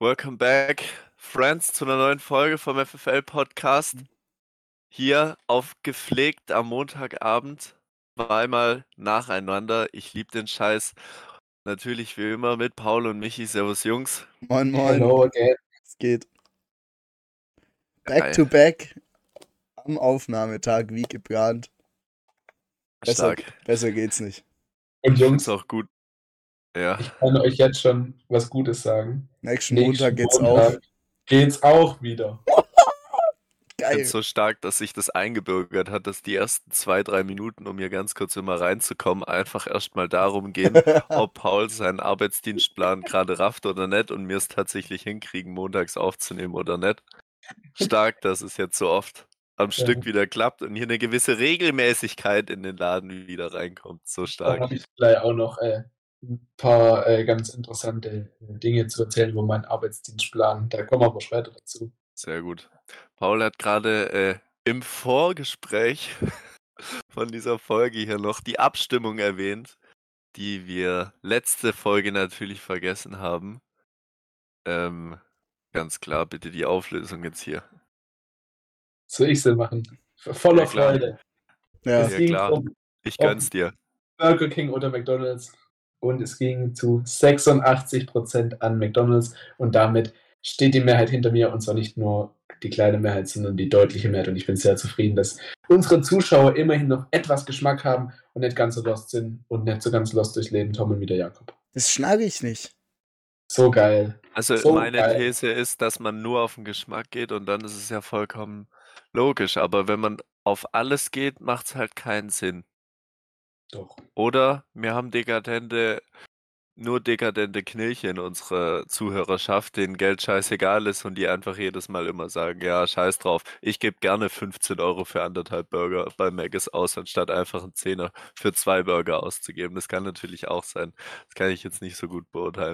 Welcome back, Friends, zu einer neuen Folge vom FFL-Podcast. Hier auf gepflegt am Montagabend, zweimal nacheinander. Ich liebe den Scheiß. Natürlich wie immer mit Paul und Michi. Servus, Jungs. Moin, moin. Hello again. Es geht. Geil. Back to back am Aufnahmetag wie geplant. Stark. Besser geht's nicht. Und Ist Jungs, auch gut. Ja, ich kann euch jetzt schon was Gutes sagen. Nächsten Montag geht's Montag auf. geht's auch wieder. ich finde Geil. es so stark, dass sich das eingebürgert hat, dass die ersten 2-3 Minuten, um hier ganz kurz immer reinzukommen, einfach erstmal darum gehen, ob Paul seinen Arbeitsdienstplan gerade rafft oder nicht und wir es tatsächlich hinkriegen, montags aufzunehmen oder nicht. Stark, dass es jetzt so oft am Stück wieder klappt und hier eine gewisse Regelmäßigkeit in den Laden wieder reinkommt. So Da stark. habe ich gleich auch noch ein paar ganz interessante Dinge zu erzählen über meinen Arbeitsdienstplan. Da kommen wir aber später dazu. Sehr gut. Paul hat gerade im Vorgespräch von dieser Folge hier noch die Abstimmung erwähnt, die wir letzte Folge natürlich vergessen haben. Ganz klar, bitte die Auflösung jetzt hier. Soll ich sie machen? Voller Ja, klar. Freude. Ja. Es ging klar. um Ich gönn's dir. Burger King oder McDonald's und es ging zu 86% an McDonald's und damit steht die Mehrheit hinter mir und zwar nicht nur die kleine Mehrheit, sondern die deutliche Mehrheit und ich bin sehr zufrieden, dass unsere Zuschauer immerhin noch etwas Geschmack haben und nicht ganz so lost sind und nicht so ganz lost durchs Leben tommeln wie der Jakob. Das schnarre ich nicht. So geil. Also So meine geil. These ist, dass man nur auf den Geschmack geht und dann ist es ja vollkommen logisch. Aber wenn man auf alles geht, macht's halt keinen Sinn. Doch. Oder wir haben nur dekadente Knilche in unserer Zuhörerschaft, denen Geld scheißegal ist und die einfach jedes Mal immer sagen, ja, scheiß drauf, ich gebe gerne 15 € für 1,5 Burger bei Mc's aus, anstatt einfach einen Zehner für 2 Burger auszugeben. Das kann natürlich auch sein. Das kann ich jetzt nicht so gut beurteilen.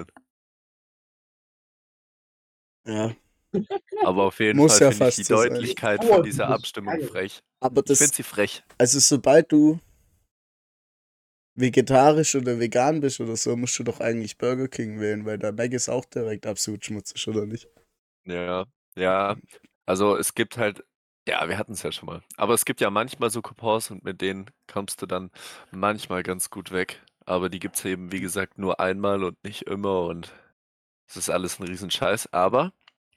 Ja. Aber auf jeden Muss Fall ja finde ich fast die so sein. Deutlichkeit Oh, von die dieser ist Abstimmung geil. frech. Aber Ich finde das, sie frech. also sobald du vegetarisch oder vegan bist oder so, musst du doch eigentlich Burger King wählen, weil der Mac ist auch direkt absolut schmutzig, oder nicht? Ja. Also es gibt halt, ja, wir hatten es ja schon mal. Aber es gibt ja manchmal so Coupons und mit denen kommst du dann manchmal ganz gut weg. Aber die gibt's eben, wie gesagt, nur einmal und nicht immer und es ist alles ein Riesenscheiß. Aber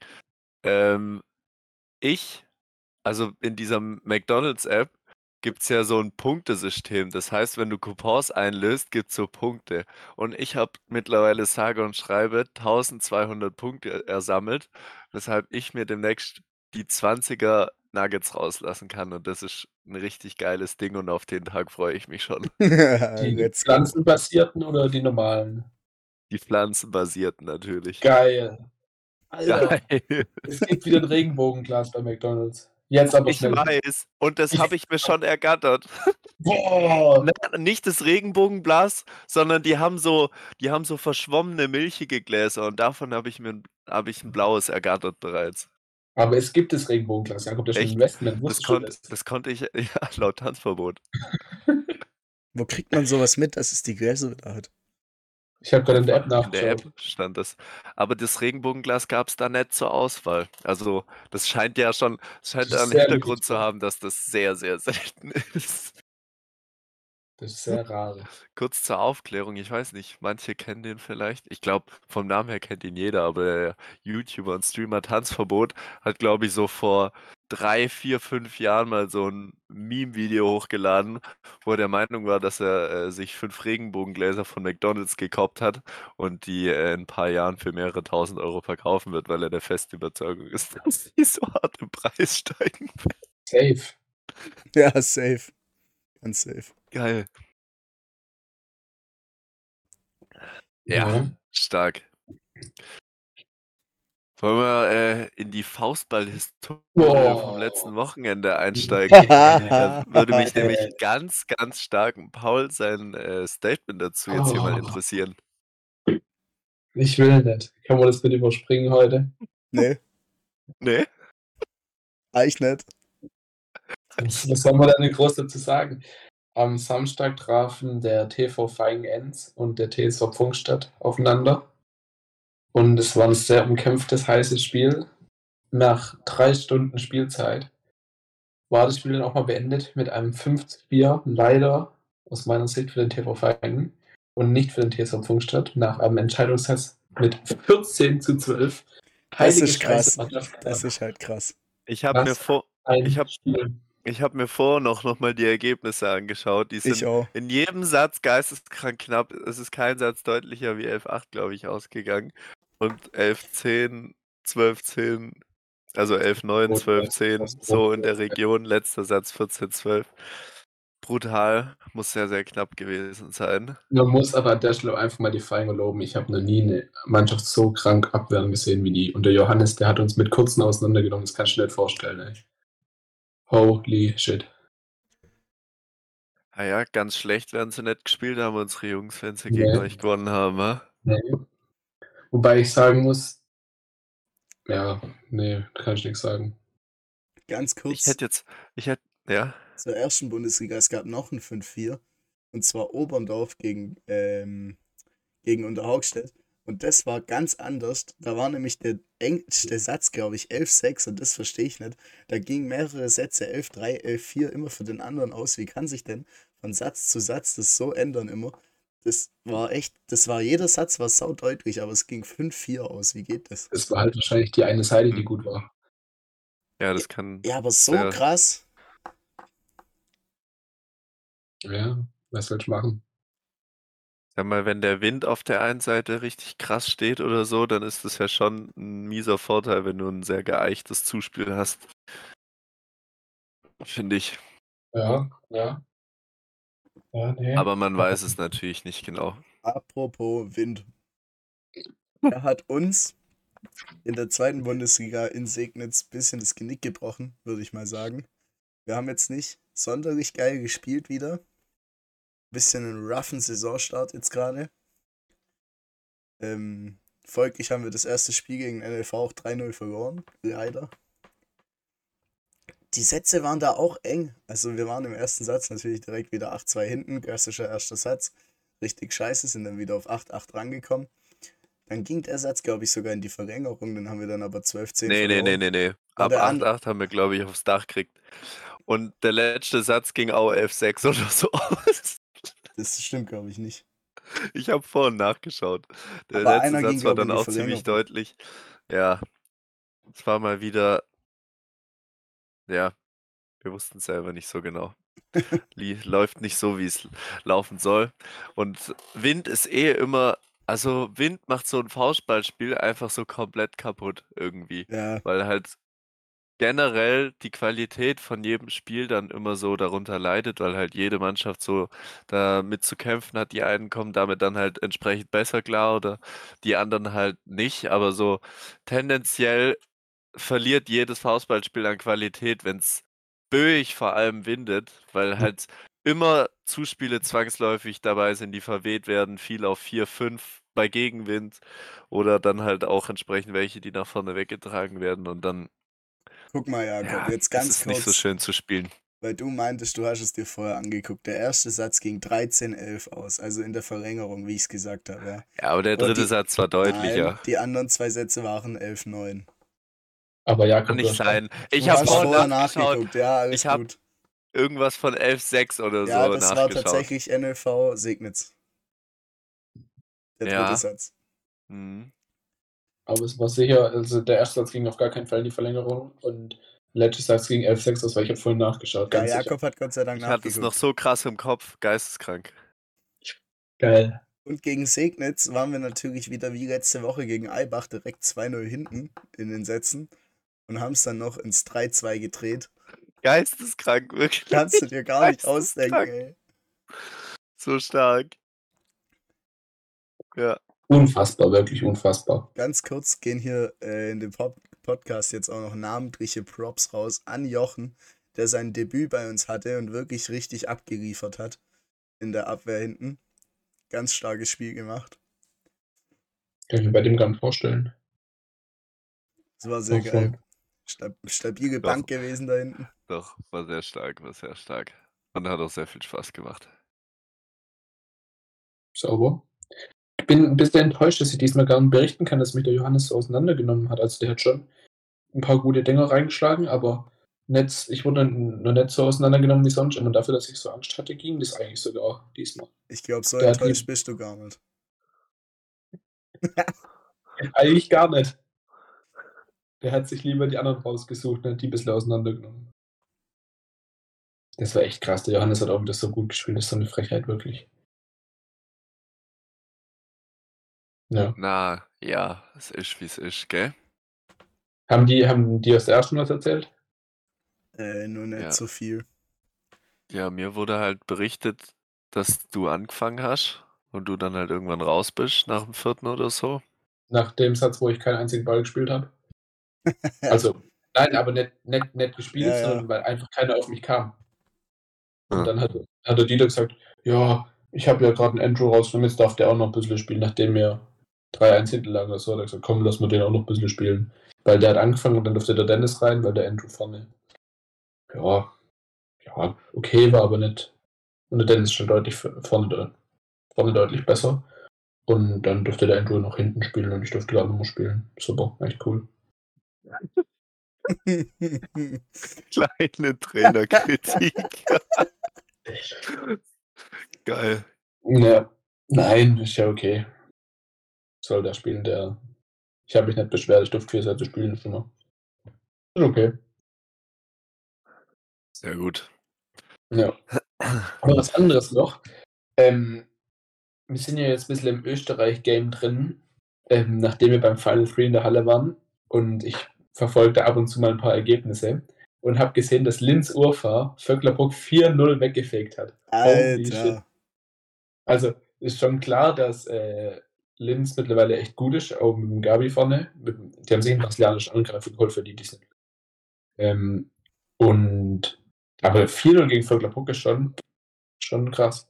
also in dieser McDonald's-App gibt's ja so ein Punktesystem. Das heißt, wenn du Coupons einlöst, gibt's so Punkte. Und ich habe mittlerweile sage und schreibe 1200 Punkte ersammelt, weshalb ich mir demnächst die 20er Nuggets rauslassen kann. Und das ist ein richtig geiles Ding und auf den Tag freue ich mich schon. Die Let's go. pflanzenbasierten oder die normalen? Die pflanzenbasierten natürlich. Geil. Alter, Geil. es gibt wieder ein Regenbogenglas bei McDonald's. Jetzt aber Ich schnell. weiß. Und das habe ich mir schon ergattert. Boah. Nicht das Regenbogenblas, sondern die haben so verschwommene, milchige Gläser und davon habe ich ein blaues ergattert bereits. Aber es gibt das Regenbogenglas. Jakob, das ist ein Echt? Investment. Das Wusstest du das? konnte ich, ja, laut Tanzverbot. Wo kriegt man sowas mit, dass es die Gläser da hat? Ich habe gerade in der App Einfach in der nachgeschaut. App stand das. Aber das Regenbogenglas gab es da nicht zur Auswahl. Also, das scheint ja schon, Das ist einen sehr Hintergrund limited. zu haben, dass das sehr, sehr selten ist. Das ist sehr rar. Kurz zur Aufklärung, ich weiß nicht, manche kennen den vielleicht. Ich glaube, vom Namen her kennt ihn jeder, aber der YouTuber und Streamer Tanzverbot hat, glaube ich, so vor 3, 4, 5 Jahren mal so ein Meme-Video hochgeladen, wo er der Meinung war, dass er sich 5 Regenbogengläser von McDonald's gekauft hat und die in ein paar Jahren für mehrere tausend Euro verkaufen wird, weil er der festen Überzeugung ist, dass die so hart im Preis steigen. Safe. Ja, safe. Ganz safe. Geil. Ja, stark. Wollen wir in die Faustball-Historie vom letzten Wochenende einsteigen? Da würde mich nämlich ganz, ganz stark Paul sein Statement dazu jetzt hier mal interessieren. Ich will nicht. Kann man das bitte überspringen heute? Nee, Nee? eigentlich nicht. Was soll man da denn groß dazu sagen? Am Samstag trafen der TV Flying Ends und der TSV Pfungstadt aufeinander. Und es war ein sehr umkämpftes, heißes Spiel. Nach 3 Stunden Spielzeit war das Spiel dann auch mal beendet mit einem 5:4, leider aus meiner Sicht für den TV Feigen und nicht für den TSV Pfungstadt, nach einem Entscheidungssatz mit 14:12. Das Heilige ist Scheiße, krass. war das Das knapp. ist halt krass. Ich habe mir Was vor, ich ein habe Spiel. ich habe mir vorher noch mal die Ergebnisse angeschaut. Die Ich sind auch. in jedem Satz geisteskrank knapp. Es ist kein Satz deutlicher wie 11:8, glaube ich, ausgegangen. Und 11:10, 12:10, also 11:9, 12:10, so in der Region. Letzter Satz 14:12. Brutal, muss sehr, sehr knapp gewesen sein. Man muss aber an der Stelle einfach mal die Feinger loben. Ich habe noch nie eine Mannschaft so krank abwehren gesehen wie die. Und der Johannes, der hat uns mit kurzen auseinandergenommen. Das kannst du dir nicht vorstellen, ey. Holy shit. Ah ja, ganz schlecht werden sie nicht gespielt haben unsere Jungs, wenn sie Nee. gegen euch gewonnen haben, ha? Nee. Wobei ich sagen muss, ja, nee, kann ich nichts sagen. Ganz Ich kurz hätte, ja. zur ersten Bundesliga. Es gab noch ein 5:4. Und zwar Oberndorf gegen Unterhaugstedt. Und das war ganz anders. Da war nämlich der engste Satz, glaube ich, 11:6 und das verstehe ich nicht. Da gingen mehrere Sätze 11:3, 11:4 immer für den anderen aus. Wie kann sich denn von Satz zu Satz das so ändern immer? Jeder Satz war saudeutlich, aber es ging 5:4 aus. Wie geht das? Es war halt wahrscheinlich die eine Seite, die gut war. Ja, das kann Ja, aber so sehr, krass. Ja, was soll ich machen? sag mal, wenn der Wind auf der einen Seite richtig krass steht oder so, dann ist das ja schon ein mieser Vorteil, wenn du ein sehr geeichtes Zuspiel hast. Finde ich. Ja, ja. Ja, nee. Aber man weiß es natürlich nicht genau. Apropos Wind. Er hat uns in der zweiten Bundesliga in Segnitz ein bisschen das Genick gebrochen, würde ich mal sagen. Wir haben jetzt nicht sonderlich geil gespielt wieder. Bisschen einen roughen Saisonstart jetzt gerade. Folglich haben wir das erste Spiel gegen NLV auch 3:0 verloren, leider. Die Sätze waren da auch eng. Also wir waren im ersten Satz natürlich direkt wieder 8:2 hinten, klassischer erster Satz. Richtig scheiße, sind dann wieder auf 8:8 rangekommen. Dann ging der Satz, glaube ich, sogar in die Verlängerung, den haben wir dann aber 12:10 Nee. verloren. War Ab der 8:8 haben wir, glaube ich, aufs Dach gekriegt. Und der letzte Satz ging auch 11:6 oder so aus. Das stimmt, glaube ich, nicht. Ich habe vorhin nachgeschaut. Der Aber letzte einer ging, Satz war glaube ich, dann in die auch ziemlich Verlängerung. deutlich. Ja, es war mal wieder, ja, wir wussten es selber nicht so genau. Läuft nicht so, wie es laufen soll. Und Wind ist immer, also Wind macht so ein Faustballspiel einfach so komplett kaputt irgendwie. Ja, Weil halt generell die Qualität von jedem Spiel dann immer so darunter leidet, weil halt jede Mannschaft so damit zu kämpfen hat. Die einen kommen damit dann halt entsprechend besser klar oder die anderen halt nicht. Aber so tendenziell verliert jedes Faustballspiel an Qualität, wenn es böig vor allem windet, weil halt immer Zuspiele zwangsläufig dabei sind, die verweht werden, viel auf 4, 5 bei Gegenwind oder dann halt auch entsprechend welche, die nach vorne weggetragen werden und dann, guck mal, Jakob, ja, jetzt es ganz ist nicht so kurz, schön zu spielen. weil du meintest, du hast es dir vorher angeguckt. Der erste Satz ging 13:11 aus, also in der Verlängerung, wie ich es gesagt habe, ja. Ja, aber der Und dritte Satz war nein, deutlicher. die anderen 2 Sätze waren 11:9. Aber Kann Jakob, nicht sein. Ich Du habe hast vorhin vorher nachgeschaut. nachgeguckt, ja, alles Ich habe gut. irgendwas von 11,6 oder Ja, so das war nachgeschaut. tatsächlich NLV Segnitz. Der dritte Ja. Satz. Mhm. aber es war sicher, also der erste Satz ging auf gar keinen Fall in die Verlängerung und der letzte Satz ging 11:6 aus, weil ich habe vorhin nachgeschaut, Ja, ganz sicher. Jakob hat Gott sei Dank Ich hatte es noch nachgeguckt. so krass im Kopf, geisteskrank. Geil. Und gegen Segnitz waren wir natürlich wieder wie letzte Woche gegen Eibach direkt 2:0 hinten in den Sätzen und haben es dann noch ins 3:2 gedreht. Geisteskrank, wirklich. Kannst du dir gar nicht Geisteskrank. ausdenken, ey. So stark. Ja. Unfassbar, wirklich unfassbar. Ganz kurz gehen hier in dem Podcast jetzt auch noch namentliche Props raus an Jochen, der sein Debüt bei uns hatte und wirklich richtig abgeliefert hat in der Abwehr hinten. Ganz starkes Spiel gemacht. Kann ich mir bei dem gar nicht vorstellen. Das war sehr Doch geil. schon. Stabile Doch. Bank gewesen da hinten. Doch, war sehr stark, war sehr stark. Und hat auch sehr viel Spaß gemacht. Sauber. bin ein bisschen enttäuscht, dass ich diesmal gar nicht berichten kann, dass mich der Johannes so auseinandergenommen hat. Also der hat schon ein paar gute Dinger reingeschlagen, aber ich wurde noch nicht so auseinandergenommen wie sonst immer. Dafür, dass ich so Angst hatte, ging das eigentlich sogar diesmal. Ich glaube, so Der hat enttäuscht bist du gar nicht. eigentlich gar nicht. Der hat sich lieber die anderen rausgesucht und hat die ein bisschen auseinandergenommen. Das war echt krass. Der Johannes hat auch wieder so gut gespielt. Das ist so eine Frechheit, wirklich. Ja. Na, ja, es ist wie es ist, gell? Haben die aus der ersten was erzählt? Nur nicht Ja. so viel. Ja, mir wurde halt berichtet, dass du angefangen hast und du dann halt irgendwann raus bist nach dem 4. oder so. Nach dem Satz, wo ich keinen einzigen Ball gespielt habe. Also, nein, aber nicht gespielt, Ja, ja. sondern weil einfach keiner auf mich kam. Und Ja. dann hat der Dieter gesagt, ja, ich habe ja gerade einen Andrew rausgenommen, jetzt darf der auch noch ein bisschen spielen, nachdem wir 3-1 hinten lagen oder so. Hat er gesagt, komm, lass mal den auch noch ein bisschen spielen. Weil der hat angefangen und dann durfte der Dennis rein, weil der Andrew vorne, ja, okay war, aber nicht. Und der Dennis ist schon deutlich vorne deutlich besser. Und dann durfte der Andrew noch hinten spielen und ich durfte gerade nochmal spielen. Super, echt cool. Kleine Trainerkritik. Geil. Ja, nein, ist ja okay. Soll der spielen, ich habe mich nicht beschwert, ich durfte 4 Sätze spielen, schon mal. Ist okay. Sehr gut. Ja. Aber was anderes noch. Wir sind ja jetzt ein bisschen im Österreich-Game drin, nachdem wir beim Final 3 in der Halle waren. Und ich verfolgte ab und zu mal ein paar Ergebnisse und habe gesehen, dass Linz Urfahr Vöcklerbruck 4-0 weggefegt hat. Holy shit. Alter. Also ist schon klar, dass Linz mittlerweile echt gut ist, auch mit dem Gabi vorne. Die haben sich einen brasilianischen Angreifer geholt für die sind. Aber 4-0 gegen Vöcklerbruck ist schon krass.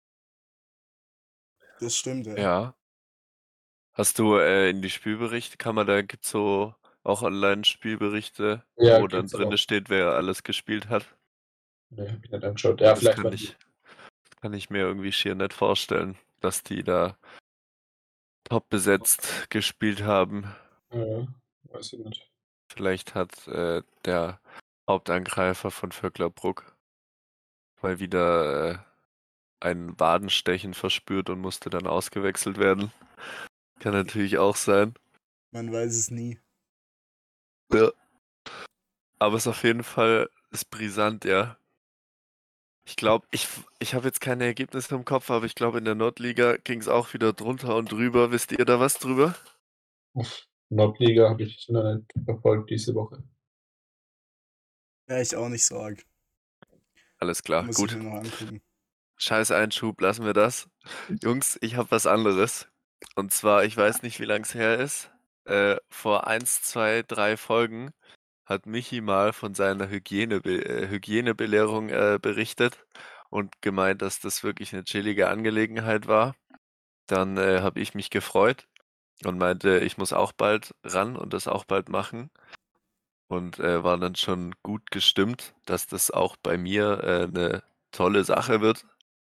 Das stimmt, ja. Ja. Hast du in die Spielberichte, gibt's so auch Online-Spielberichte, Ja, wo dann gibt's drin auch. steht, wer alles gespielt hat? Nee, hab ich nicht angeschaut. Ja, Das vielleicht kann ich mir irgendwie schier nicht vorstellen, dass die da top besetzt gespielt haben. weiß ich nicht. Vielleicht hat der Hauptangreifer von Vöcklerbruck mal wieder ein Wadenstechen verspürt und musste dann ausgewechselt werden. Kann natürlich auch sein. Man weiß es nie. Ja. Aber es ist auf jeden Fall brisant, ja. Ich glaube, ich habe jetzt keine Ergebnisse im Kopf, aber ich glaube, in der Nordliga ging es auch wieder drunter und drüber. Wisst ihr da was drüber? Nordliga habe ich noch nicht verfolgt diese Woche. Ja, ich auch nicht so arg. Alles klar, Muss gut. ich mir noch angucken. Scheiß Einschub, lassen wir das. Jungs, ich habe was anderes. Und zwar, ich weiß nicht, wie lang es her ist. Vor 1, 2, 3 Folgen hat Michi mal von seiner Hygienebelehrung berichtet und gemeint, dass das wirklich eine chillige Angelegenheit war. Dann habe ich mich gefreut und meinte, ich muss auch bald ran und das auch bald machen. Und war dann schon gut gestimmt, dass das auch bei mir eine tolle Sache wird.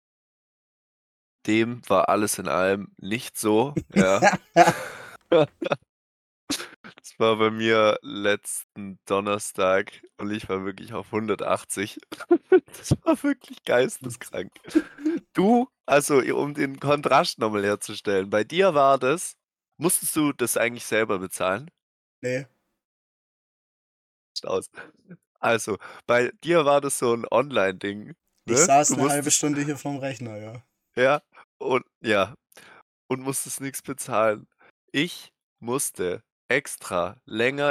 Dem war alles in allem nicht so, ja. Das war bei mir letzten Donnerstag und ich war wirklich auf 180. Das war wirklich geisteskrank. Du, also um den Kontrast nochmal herzustellen, bei dir war musstest du das eigentlich selber bezahlen? Nee. Aus. Also, bei dir war das so ein Online-Ding, Ich ne? saß Du eine halbe musstest, Stunde hier vorm Rechner, ja. ja, und musstest nichts bezahlen. Ich musste extra länger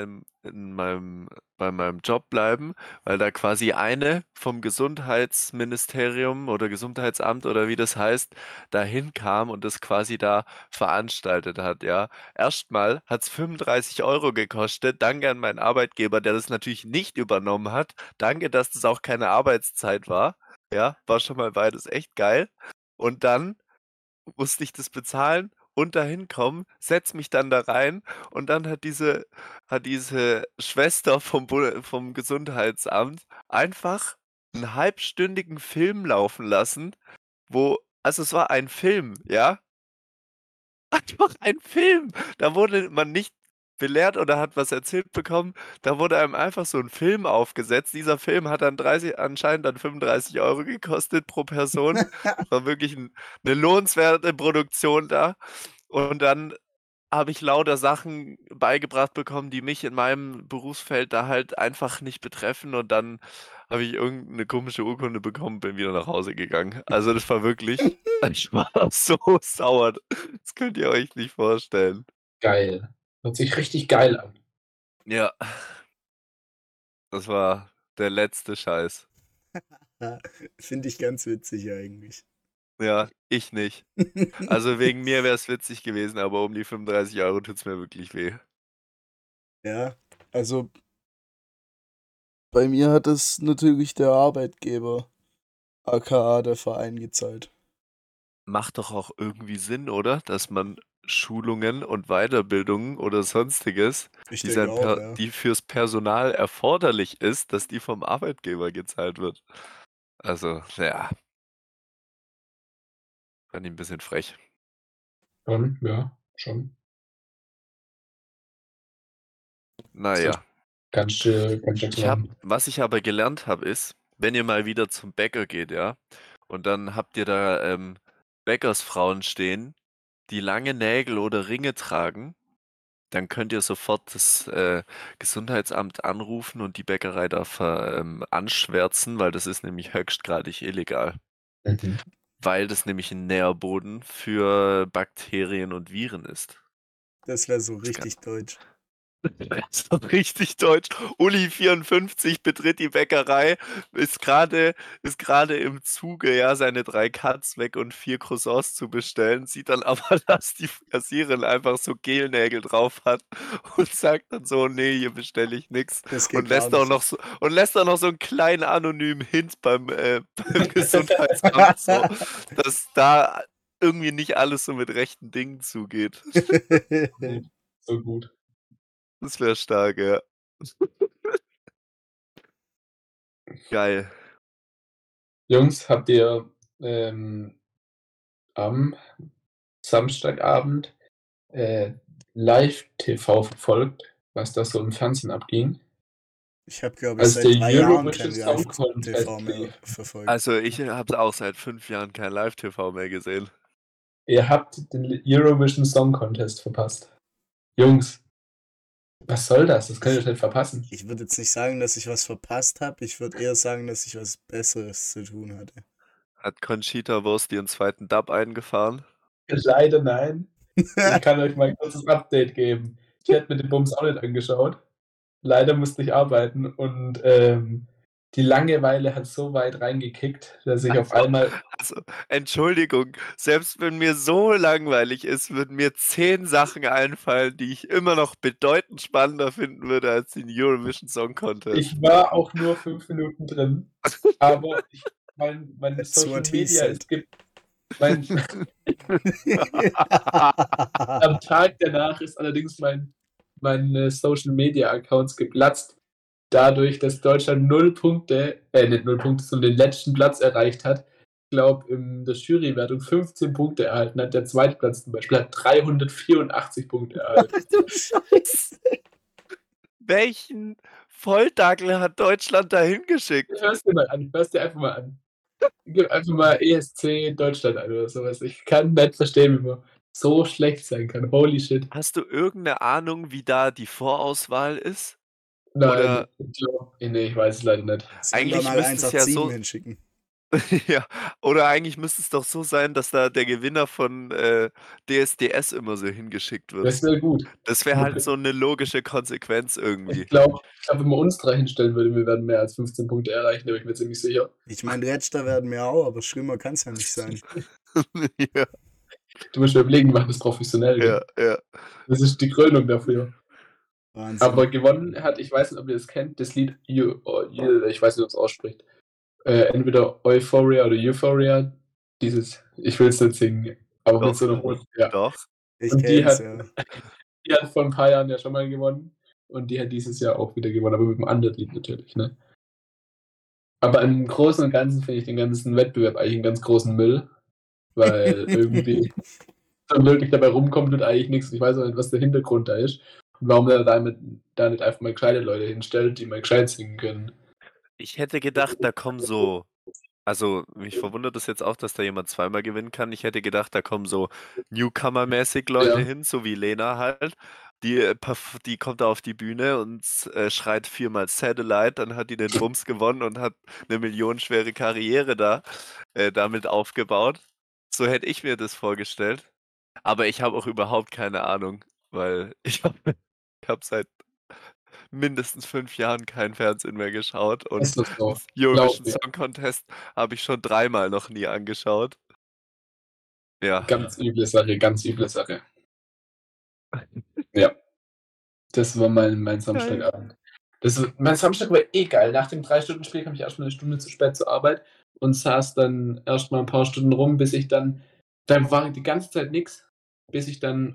bei meinem Job bleiben, weil da quasi eine vom Gesundheitsministerium oder Gesundheitsamt oder wie das heißt, dahin kam und das quasi da veranstaltet hat, ja. Erstmal hat es 35 € gekostet. Danke an meinen Arbeitgeber, der das natürlich nicht übernommen hat. Danke, dass das auch keine Arbeitszeit war. Ja, war schon mal beides echt geil. Und dann musste ich das bezahlen und da hinkommen, setze mich dann da rein und dann hat diese Schwester vom Gesundheitsamt einfach einen halbstündigen Film laufen lassen, also es war ein Film, ja, Einfach ein Film. Da wurde man nicht belehrt oder hat was erzählt bekommen. Da wurde einem einfach so ein Film aufgesetzt. Dieser Film hat dann anscheinend dann 35 Euro gekostet pro Person. War wirklich 'ne lohnenswerte Produktion da. Und dann habe ich lauter Sachen beigebracht bekommen, die mich in meinem Berufsfeld da halt einfach nicht betreffen. Und dann habe ich irgendeine komische Urkunde bekommen, bin wieder nach Hause gegangen. Also das war wirklich, ich war so sauer. Das könnt ihr euch nicht vorstellen. Geil. Hört sich richtig geil an. Ja, das war der letzte Scheiß. Finde ich ganz witzig eigentlich. Ja, ich nicht. Also wegen mir wäre es witzig gewesen, aber um die 35 Euro tut's mir wirklich weh. Ja, also bei mir hat es natürlich der Arbeitgeber, aka der Verein, gezahlt. Macht doch auch irgendwie Sinn, oder? Dass man Schulungen und Weiterbildungen oder Sonstiges, Ich die denke auch, ja. die fürs Personal erforderlich ist, dass die vom Arbeitgeber gezahlt wird. Also, ja, fand ich 'n bisschen frech. Ja, schon. Na ja. Kannst nix machen. Was ich aber gelernt habe, ist, wenn ihr mal wieder zum Bäcker geht, ja, und dann habt ihr da, Bäckersfrauen stehen, die lange Nägel oder Ringe tragen, dann könnt ihr sofort das, Gesundheitsamt anrufen und die Bäckerei da anschwärzen, weil das ist nämlich höchstgradig illegal. Mhm. Weil das nämlich 'n Nährboden für Bakterien und Viren ist. Das wäre so Das kann richtig deutsch. So richtig deutsch. Uli54 betritt die Bäckerei, ist grade im Zuge, ja, seine 3 Cuts weg und 4 Croissants zu bestellen, sieht dann aber, dass die Kassiererin einfach so Gelnägel drauf hat und sagt dann so: „Ne, hier bestelle ich nix." Das geht Und gar nicht. lässt auch noch so 'n kleinen anonymen Hint beim Gesundheitsamt so, dass da irgendwie nicht alles so mit rechten Dingen zugeht. Gut. So gut. Das wäre stark, ja. Geil. Jungs, habt ihr, am Samstagabend, äh, Live-TV verfolgt, was da so im Fernsehen abging? Ich habe, glaube ich, Als der seit 3 Jahren Eurovision kein Song Live-TV Contest mehr lief. verfolgt. Also, ich habe auch seit 5 Jahren kein Live-TV mehr gesehen. Ihr habt den Eurovision Song Contest verpasst. Jungs, was soll das? Das könnt ihr doch nicht verpassen. Ich würde jetzt nicht sagen, dass ich was verpasst habe. Ich würde eher sagen, dass ich was Besseres zu tun hatte. Hat Conchita Wurst ihren 2. Dub eingefahren? Leider nein. Ich kann euch mal 'n kurzes Update geben. Ich hätte mir den Bums auch nicht angeschaut. Leider musste ich arbeiten und, die Langeweile hat so weit reingekickt, dass ich auf einmal Also, Entschuldigung, selbst wenn mir so langweilig ist, würden mir 10 Sachen einfallen, die ich immer noch bedeutend spannender finden würde als den Eurovision Song Contest. ich war auch nur 5 Minuten drin, aber mein That's Social what he Media, said. es gibt mein am Tag danach ist allerdings meine Social Media Accounts geplatzt, dadurch, dass Deutschland 0 Punkte nicht 0 Punkte, sondern den letzten Platz erreicht hat. Ich glaube, in der Jurywertung 15 Punkte erhalten hat. Der 2. Platz zum Beispiel hat 384 Punkte erhalten. Ach du Scheiße. Welchen Volldackel hat Deutschland da hingeschickt? Hör's dir einfach mal an. Gib einfach mal ESC Deutschland ein oder so was. Ich kann nicht verstehen, wie man so schlecht sein kann. Holy shit. Hast du irgendeine Ahnung, wie da die Vorauswahl ist? Nein, Oder ich glaube ne, ich weiß es leider nicht. Sollen wir eigentlich mal müsste es ja 187 so hinschicken? ja, oder eigentlich müsste es doch so sein, dass da der Gewinner von, DSDS immer so hingeschickt wird. Das wäre gut. Das wäre halt so 'ne logische Konsequenz irgendwie. Ich glaube, wenn man uns 3 hinstellen würde, wir werden mehr als 15 Punkte erreichen, da bin ich mir ziemlich sicher. Ich meine, Letzter werden wir auch, aber schlimmer kann es ja nicht sein. Ja, Du musst dir überlegen, wir machen das professionell, ja, gell? ja. Das ist die Krönung dafür. Wahnsinn. Aber gewonnen hat, ich weiß nicht, ob ihr das kennt, das Lied ich weiß nicht, ob es ausspricht. Entweder Euphoria oder Euphoria. Dieses, ich will es nicht singen, aber mit Doch, so einer ja. doch. Ich Und die kenn's, hat ja. die hat vor ein paar Jahren ja schon mal gewonnen und die hat dieses Jahr auch wieder gewonnen, aber mit einem anderen Lied natürlich, ne? Aber im Großen und Ganzen finde ich den ganzen Wettbewerb eigentlich 'n ganz großen Müll, weil irgendwie dann wirklich dabei rumkommt und eigentlich nichts. Ich weiß auch nicht, was der Hintergrund da ist. Und warum er da nicht einfach mal gescheite Leute hinstellt, die mal gescheit singen können. Ich hätte gedacht, da kommen so. Also, mich verwundert es jetzt auch, dass da jemand zweimal gewinnen kann. Ich hätte gedacht, da kommen so Newcomer-mäßig Leute Ja. hin, so wie Lena halt. Die kommt da auf die Bühne und schreit viermal Satellite, dann hat die den Bums gewonnen und hat eine millionenschwere Karriere da damit aufgebaut. So hätte ich mir das vorgestellt. Aber ich habe auch überhaupt keine Ahnung, weil ich hab seit mindestens 5 Jahren kein Fernsehen mehr geschaut und Ist das so? Eurovision Glaub mir. Song Contest habe ich schon 3-mal noch nie angeschaut. Ja. Ganz üble Sache, ganz üble Sache. Ja. Das war mein Samstagabend. Mein Samstag war eh geil. Nach dem 3-Stunden-Spiel kam ich erstmal 1 Stunde zu spät zur Arbeit und saß dann erstmal ein paar Stunden rum, bis ich dann da war die ganze Zeit nix, bis ich dann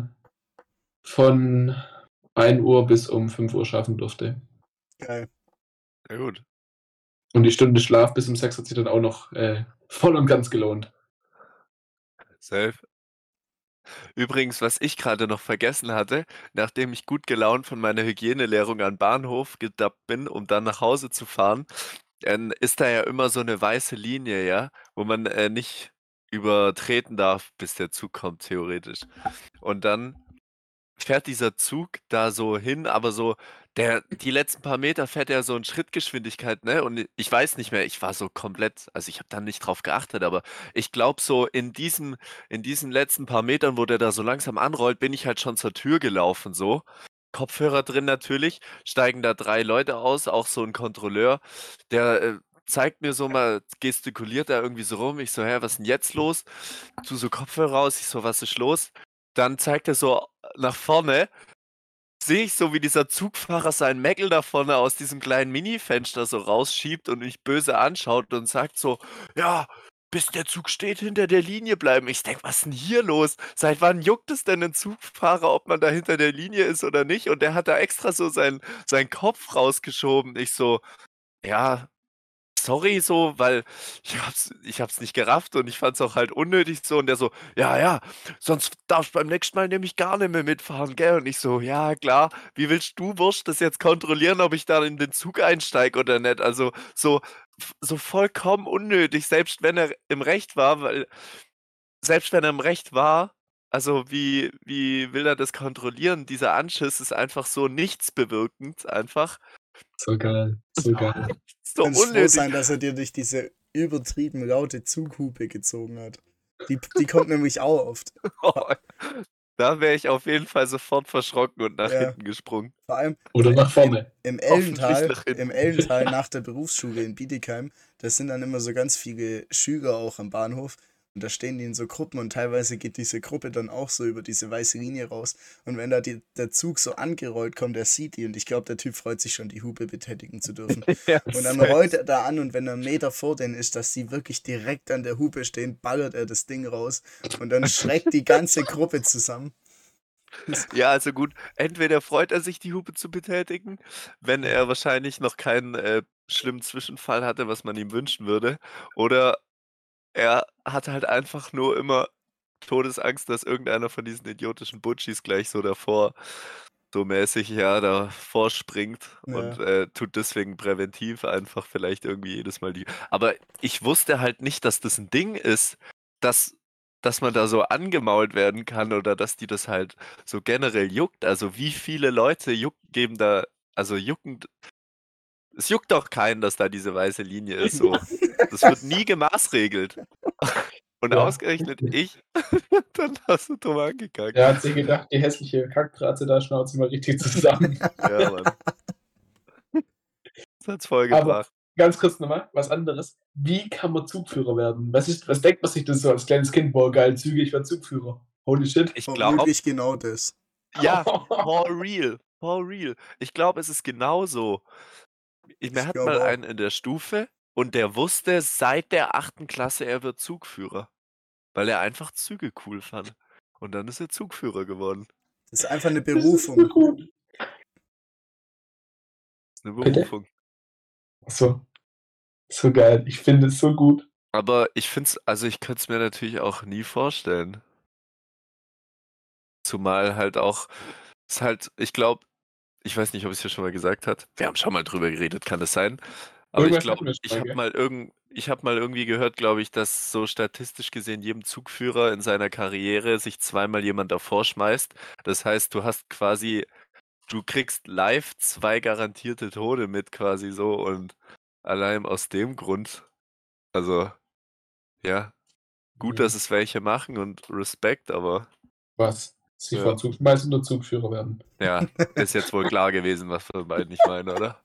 von 1 Uhr bis um 5 Uhr schaffen durfte. Geil. Ja gut. Und die Stunde Schlaf bis um 6 hat sich dann auch noch voll und ganz gelohnt. Safe. Übrigens, was ich gerade noch vergessen hatte, nachdem ich gut gelaunt von meiner Hygienelehrung an den Bahnhof gedappt bin, um dann nach Hause zu fahren, ist da ja immer so eine weiße Linie, ja, wo man nicht übertreten darf, bis der Zug kommt, theoretisch. Und dann fährt dieser Zug da so hin, aber so die letzten paar Meter fährt er so in Schrittgeschwindigkeit, ne? Und ich weiß nicht mehr, ich war so komplett, also ich habe da nicht drauf geachtet, aber ich glaube so in diesen letzten paar Metern, wo der da so langsam anrollt, bin ich halt schon zur Tür gelaufen, so. Kopfhörer drin natürlich, steigen da 3 Leute aus, auch so ein Kontrolleur, der zeigt mir so mal, gestikuliert da irgendwie so rum. Ich so, hä, was ist denn jetzt los? Tu so Kopfhörer raus, ich so, was ist los? Dann zeigt er so nach vorne, sehe ich so, wie dieser Zugfahrer sein Mäckel da vorne aus diesem kleinen Minifenster so rausschiebt und mich böse anschaut und sagt so, ja, bis der Zug steht, hinter der Linie bleiben. Ich denke, was ist denn hier los? Seit wann juckt es denn einen Zugfahrer, ob man da hinter der Linie ist oder nicht? Und der hat da extra so seinen Kopf rausgeschoben. Ich so, ja, sorry so, weil ich hab's nicht gerafft und ich fand's auch halt unnötig so. Und der so, ja, ja, sonst darfst du beim nächsten Mal nämlich gar nicht mehr mitfahren, gell? Und ich so, ja, klar, wie willst du, Wurst, das jetzt kontrollieren, ob ich da in den Zug einsteige oder nicht? Also so vollkommen unnötig, selbst wenn er im Recht war, also wie will er das kontrollieren? Dieser Anschiss ist einfach so nichtsbewirkend, einfach. So geil, so geil. So Kannst froh unnötig. sein, dass er dir durch diese übertrieben laute Zughupe gezogen hat. Die kommt nämlich auch oft. Da wäre ich auf jeden Fall sofort verschrocken und nach Ja. hinten gesprungen. Vor allem Oder nach vorne. im Hoffentlich Ellental, nach hinten. im Ellental nach der Berufsschule in Bietigheim, da sind dann immer so ganz viele Schüler auch am Bahnhof und da stehen die in so Gruppen und teilweise geht diese Gruppe dann auch so über diese weiße Linie raus und wenn da der Zug so angerollt kommt, der sieht die und ich glaube, der Typ freut sich schon, die Hupe betätigen zu dürfen. Ja, Und dann safe. rollt er da an und wenn er 1 Meter vor denen ist, dass die wirklich direkt an der Hupe stehen, ballert er das Ding raus und dann schreckt die ganze Gruppe zusammen. Ja, also gut, entweder freut er sich, die Hupe zu betätigen, wenn er wahrscheinlich noch keinen schlimmen Zwischenfall hatte, was man ihm wünschen würde, oder er hat halt einfach nur immer Todesangst, dass irgendeiner von diesen idiotischen Butchis gleich so davor so mäßig, ja, davor springt und tut deswegen präventiv einfach vielleicht irgendwie jedes Mal die. Aber ich wusste halt nicht, dass das ein Ding ist, dass man da so angemault werden kann oder dass die das halt so generell juckt. Also wie viele Leute geben da, also juckend. Es juckt doch keinen, dass da diese weiße Linie ist. So. Das wird nie gemaßregelt. Und Ja. ausgerechnet ich, dann hast du dumm angegangen. Er hat sich gedacht, die hässliche Kackkratze da schnauzt mal richtig zusammen. Ja, Mann. Das hat's voll gebracht. Ganz kurz nochmal, was anderes. Wie kann man Zugführer werden? Was denkt man sich das so als kleines Kind? Boah, geil, Züge, ich war Zugführer. Holy shit. Ich glaube, Vermutlich genau das. ja, for real. For real. Ich glaube, es ist genauso. Mir hat glaub mal auch. einen in der Stufe und der wusste seit der 8. Klasse, er wird Zugführer. Weil er einfach Züge cool fand. Und dann ist er Zugführer geworden. Das ist einfach eine Das ist so Berufung. gut. Eine Bitte? Berufung. So geil. Ich finde es so gut. Aber ich könnte es mir natürlich auch nie vorstellen. Zumal halt auch, ist halt, ich glaube, ich weiß nicht, ob ich es hier schon mal gesagt habe. Wir haben schon mal drüber geredet, kann das sein? Aber ich Irgendwas hatten glaube, wir schon mal, gell? ich habe mal irgendwie gehört, glaube ich, dass so statistisch gesehen jedem Zugführer in seiner Karriere sich zweimal jemand davor schmeißt. Das heißt, du kriegst live 2 garantierte Tode mit quasi so und allein aus dem Grund, also ja, gut, dass es welche machen und Respekt, aber Was? Sich ja, von Zugschmeißen oder Zugführer werden? ja, ist jetzt wohl klar gewesen, was von beiden ich meine, oder?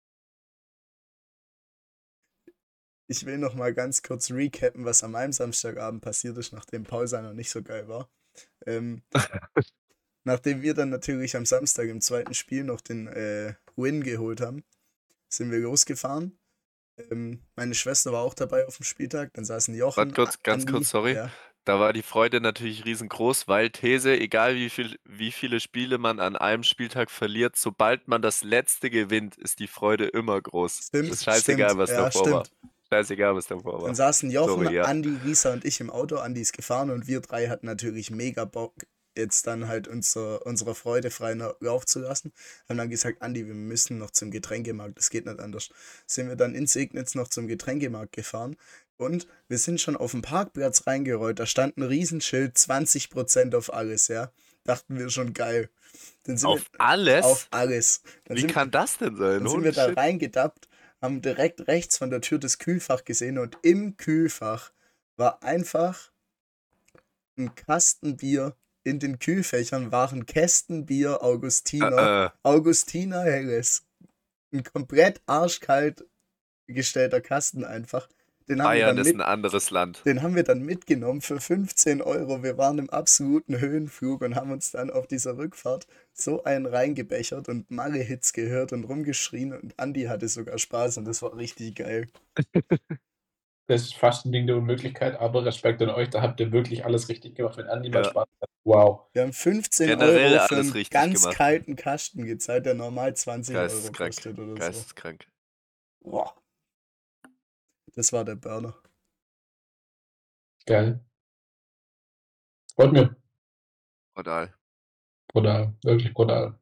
Ich will noch mal ganz kurz recappen, was an meinem Samstagabend passiert ist, nachdem Pause noch nicht so geil war. Ähm, Nachdem wir dann natürlich am Samstag im zweiten Spiel noch den Win geholt haben, sind wir losgefahren. Meine Schwester war auch dabei auf dem Spieltag. Dann saßen Warte Jochen, kurz, ganz Andi, kurz, sorry. ja, Da war die Freude natürlich riesengroß, weil These, egal wie viele Spiele man an einem Spieltag verliert, sobald man das letzte gewinnt, ist die Freude immer groß. Ist scheißegal, was ja, davor war. stimmt. Scheißegal, was davor Dann war. saßen Jochen, Sorry, ja. Andi, Risa und ich im Auto. Andi ist gefahren und wir drei hatten natürlich mega Bock, jetzt dann halt unserer Freude freien Lauf zu lassen. Haben dann gesagt, Andi, wir müssen noch zum Getränkemarkt, das geht nicht anders. Sind wir dann in Segnitz noch zum Getränkemarkt gefahren und wir sind schon auf dem Parkplatz reingerollt. Da stand ein Riesenschild, 20% auf alles, ja. Dachten wir schon geil. Dann sind wir Auf alles? auf alles. Dann Wie sind, kann das denn sein? dann sind Holy wir da shit. reingedappt, haben direkt rechts von der Tür das Kühlfach gesehen und im Kühlfach war einfach ein Kastenbier. In den Kühlfächern waren Kästenbier Äh, Augustiner Helles. Ein komplett arschkalt gestellter Kasten einfach. Den haben wir Bayern dann ist ein mit, anderes Land. den haben wir dann mitgenommen für 15 Euro. Wir waren im absoluten Höhenflug und haben uns dann auf dieser Rückfahrt so einen reingebechert und Malle-Hits gehört und rumgeschrien und Andi hatte sogar Spaß und das war richtig geil. Das ist fast ein Ding der Unmöglichkeit, aber Respekt an euch, da habt ihr wirklich alles richtig gemacht. Wenn Andi mal Ja. Spaß hat, wow. Wir haben 15 Generell Euro für alles einen richtig ganz gemacht. kalten Kasten gezahlt, der normal 20 Euro Geisteskrank. kostet oder so. Geisteskrank. Boah. Das war der Burner. Geil. Freut mich. Brutal. Brutal. Wirklich brutal.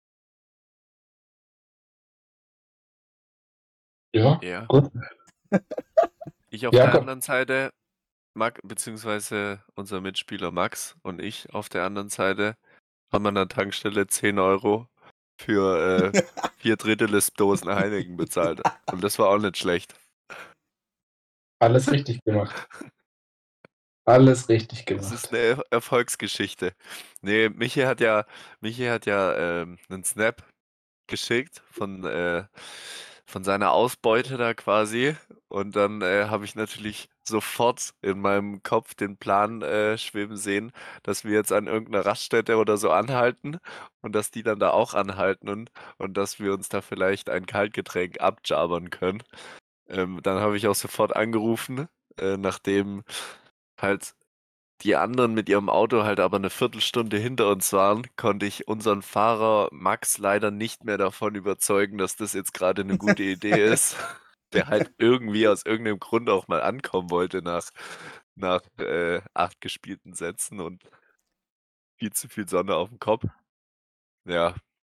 Ja, Ja. gut. Ich auf Ja, der komm. anderen Seite, beziehungsweise unser Mitspieler Max und ich auf der anderen Seite haben an der Tankstelle 10 Euro für 4 Drittel Dosen Heineken bezahlt. Und das war auch nicht schlecht. Alles richtig gemacht. Alles richtig Das ist gemacht. eine Erfolgsgeschichte. Nee, Michi hat ja einen Snap geschickt von seiner Ausbeute da quasi. Und dann habe ich natürlich sofort in meinem Kopf den Plan schweben sehen, dass wir jetzt an irgendeiner Raststätte oder so anhalten und dass die dann da auch anhalten und dass wir uns da vielleicht ein Kaltgetränk abjabern können. Dann habe ich auch sofort angerufen, nachdem halt die anderen mit ihrem Auto halt aber eine Viertelstunde hinter uns waren, konnte ich unseren Fahrer Max leider nicht mehr davon überzeugen, dass das jetzt gerade eine gute Idee ist. Der halt irgendwie aus irgendeinem Grund auch mal ankommen wollte nach 8 gespielten Sätzen und viel zu viel Sonne auf dem Kopf. Ja.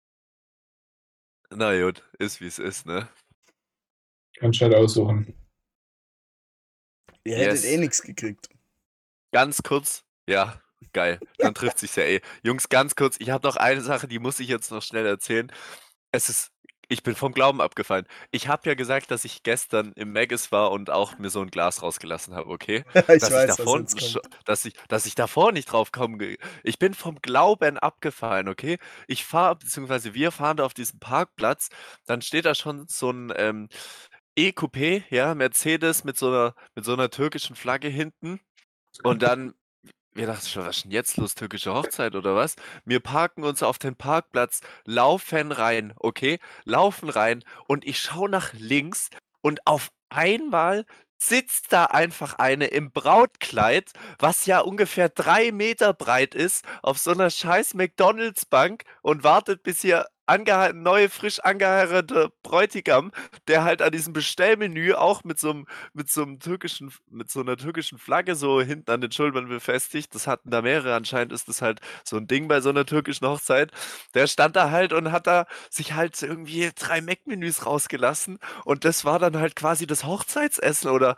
Na gut, ist wie es ist, ne? Kannst halt aussuchen. Ihr hättet Yes. nichts gekriegt. Ganz kurz, ja, geil. Dann trifft sich's ja eh. Jungs, ganz kurz, ich habe noch eine Sache, die muss ich jetzt noch schnell erzählen. Ich bin vom Glauben abgefallen. Ich habe ja gesagt, dass ich gestern im Maggis war und auch mir so ein Glas rausgelassen habe, okay? Ich Dass ich weiß, was davor, jetzt kommt. dass ich davor nicht drauf komme. Ich bin vom Glauben abgefallen, okay? Ich fahre, beziehungsweise wir fahren da auf diesem Parkplatz, dann steht da schon so ein E-Coupé, ja, Mercedes mit so einer türkischen Flagge hinten. Und dann, wir dachten schon, was ist denn jetzt los? Türkische Hochzeit oder was? Wir parken uns auf den Parkplatz, laufen rein, okay? Laufen rein und ich schaue nach links und auf einmal sitzt da einfach eine im Brautkleid, was ja ungefähr 3 Meter breit ist, auf so einer scheiß McDonalds-Bank und wartet, bis ihr neue, frisch angeheiratete Bräutigam, der halt an diesem Bestellmenü auch mit so einer türkischen Flagge so hinten an den Schultern befestigt. Das hatten da mehrere. Anscheinend ist das halt so ein Ding bei so einer türkischen Hochzeit. Der stand da halt und hat da sich halt irgendwie 3 Mac-Menüs rausgelassen. Und das war dann halt quasi das Hochzeitsessen oder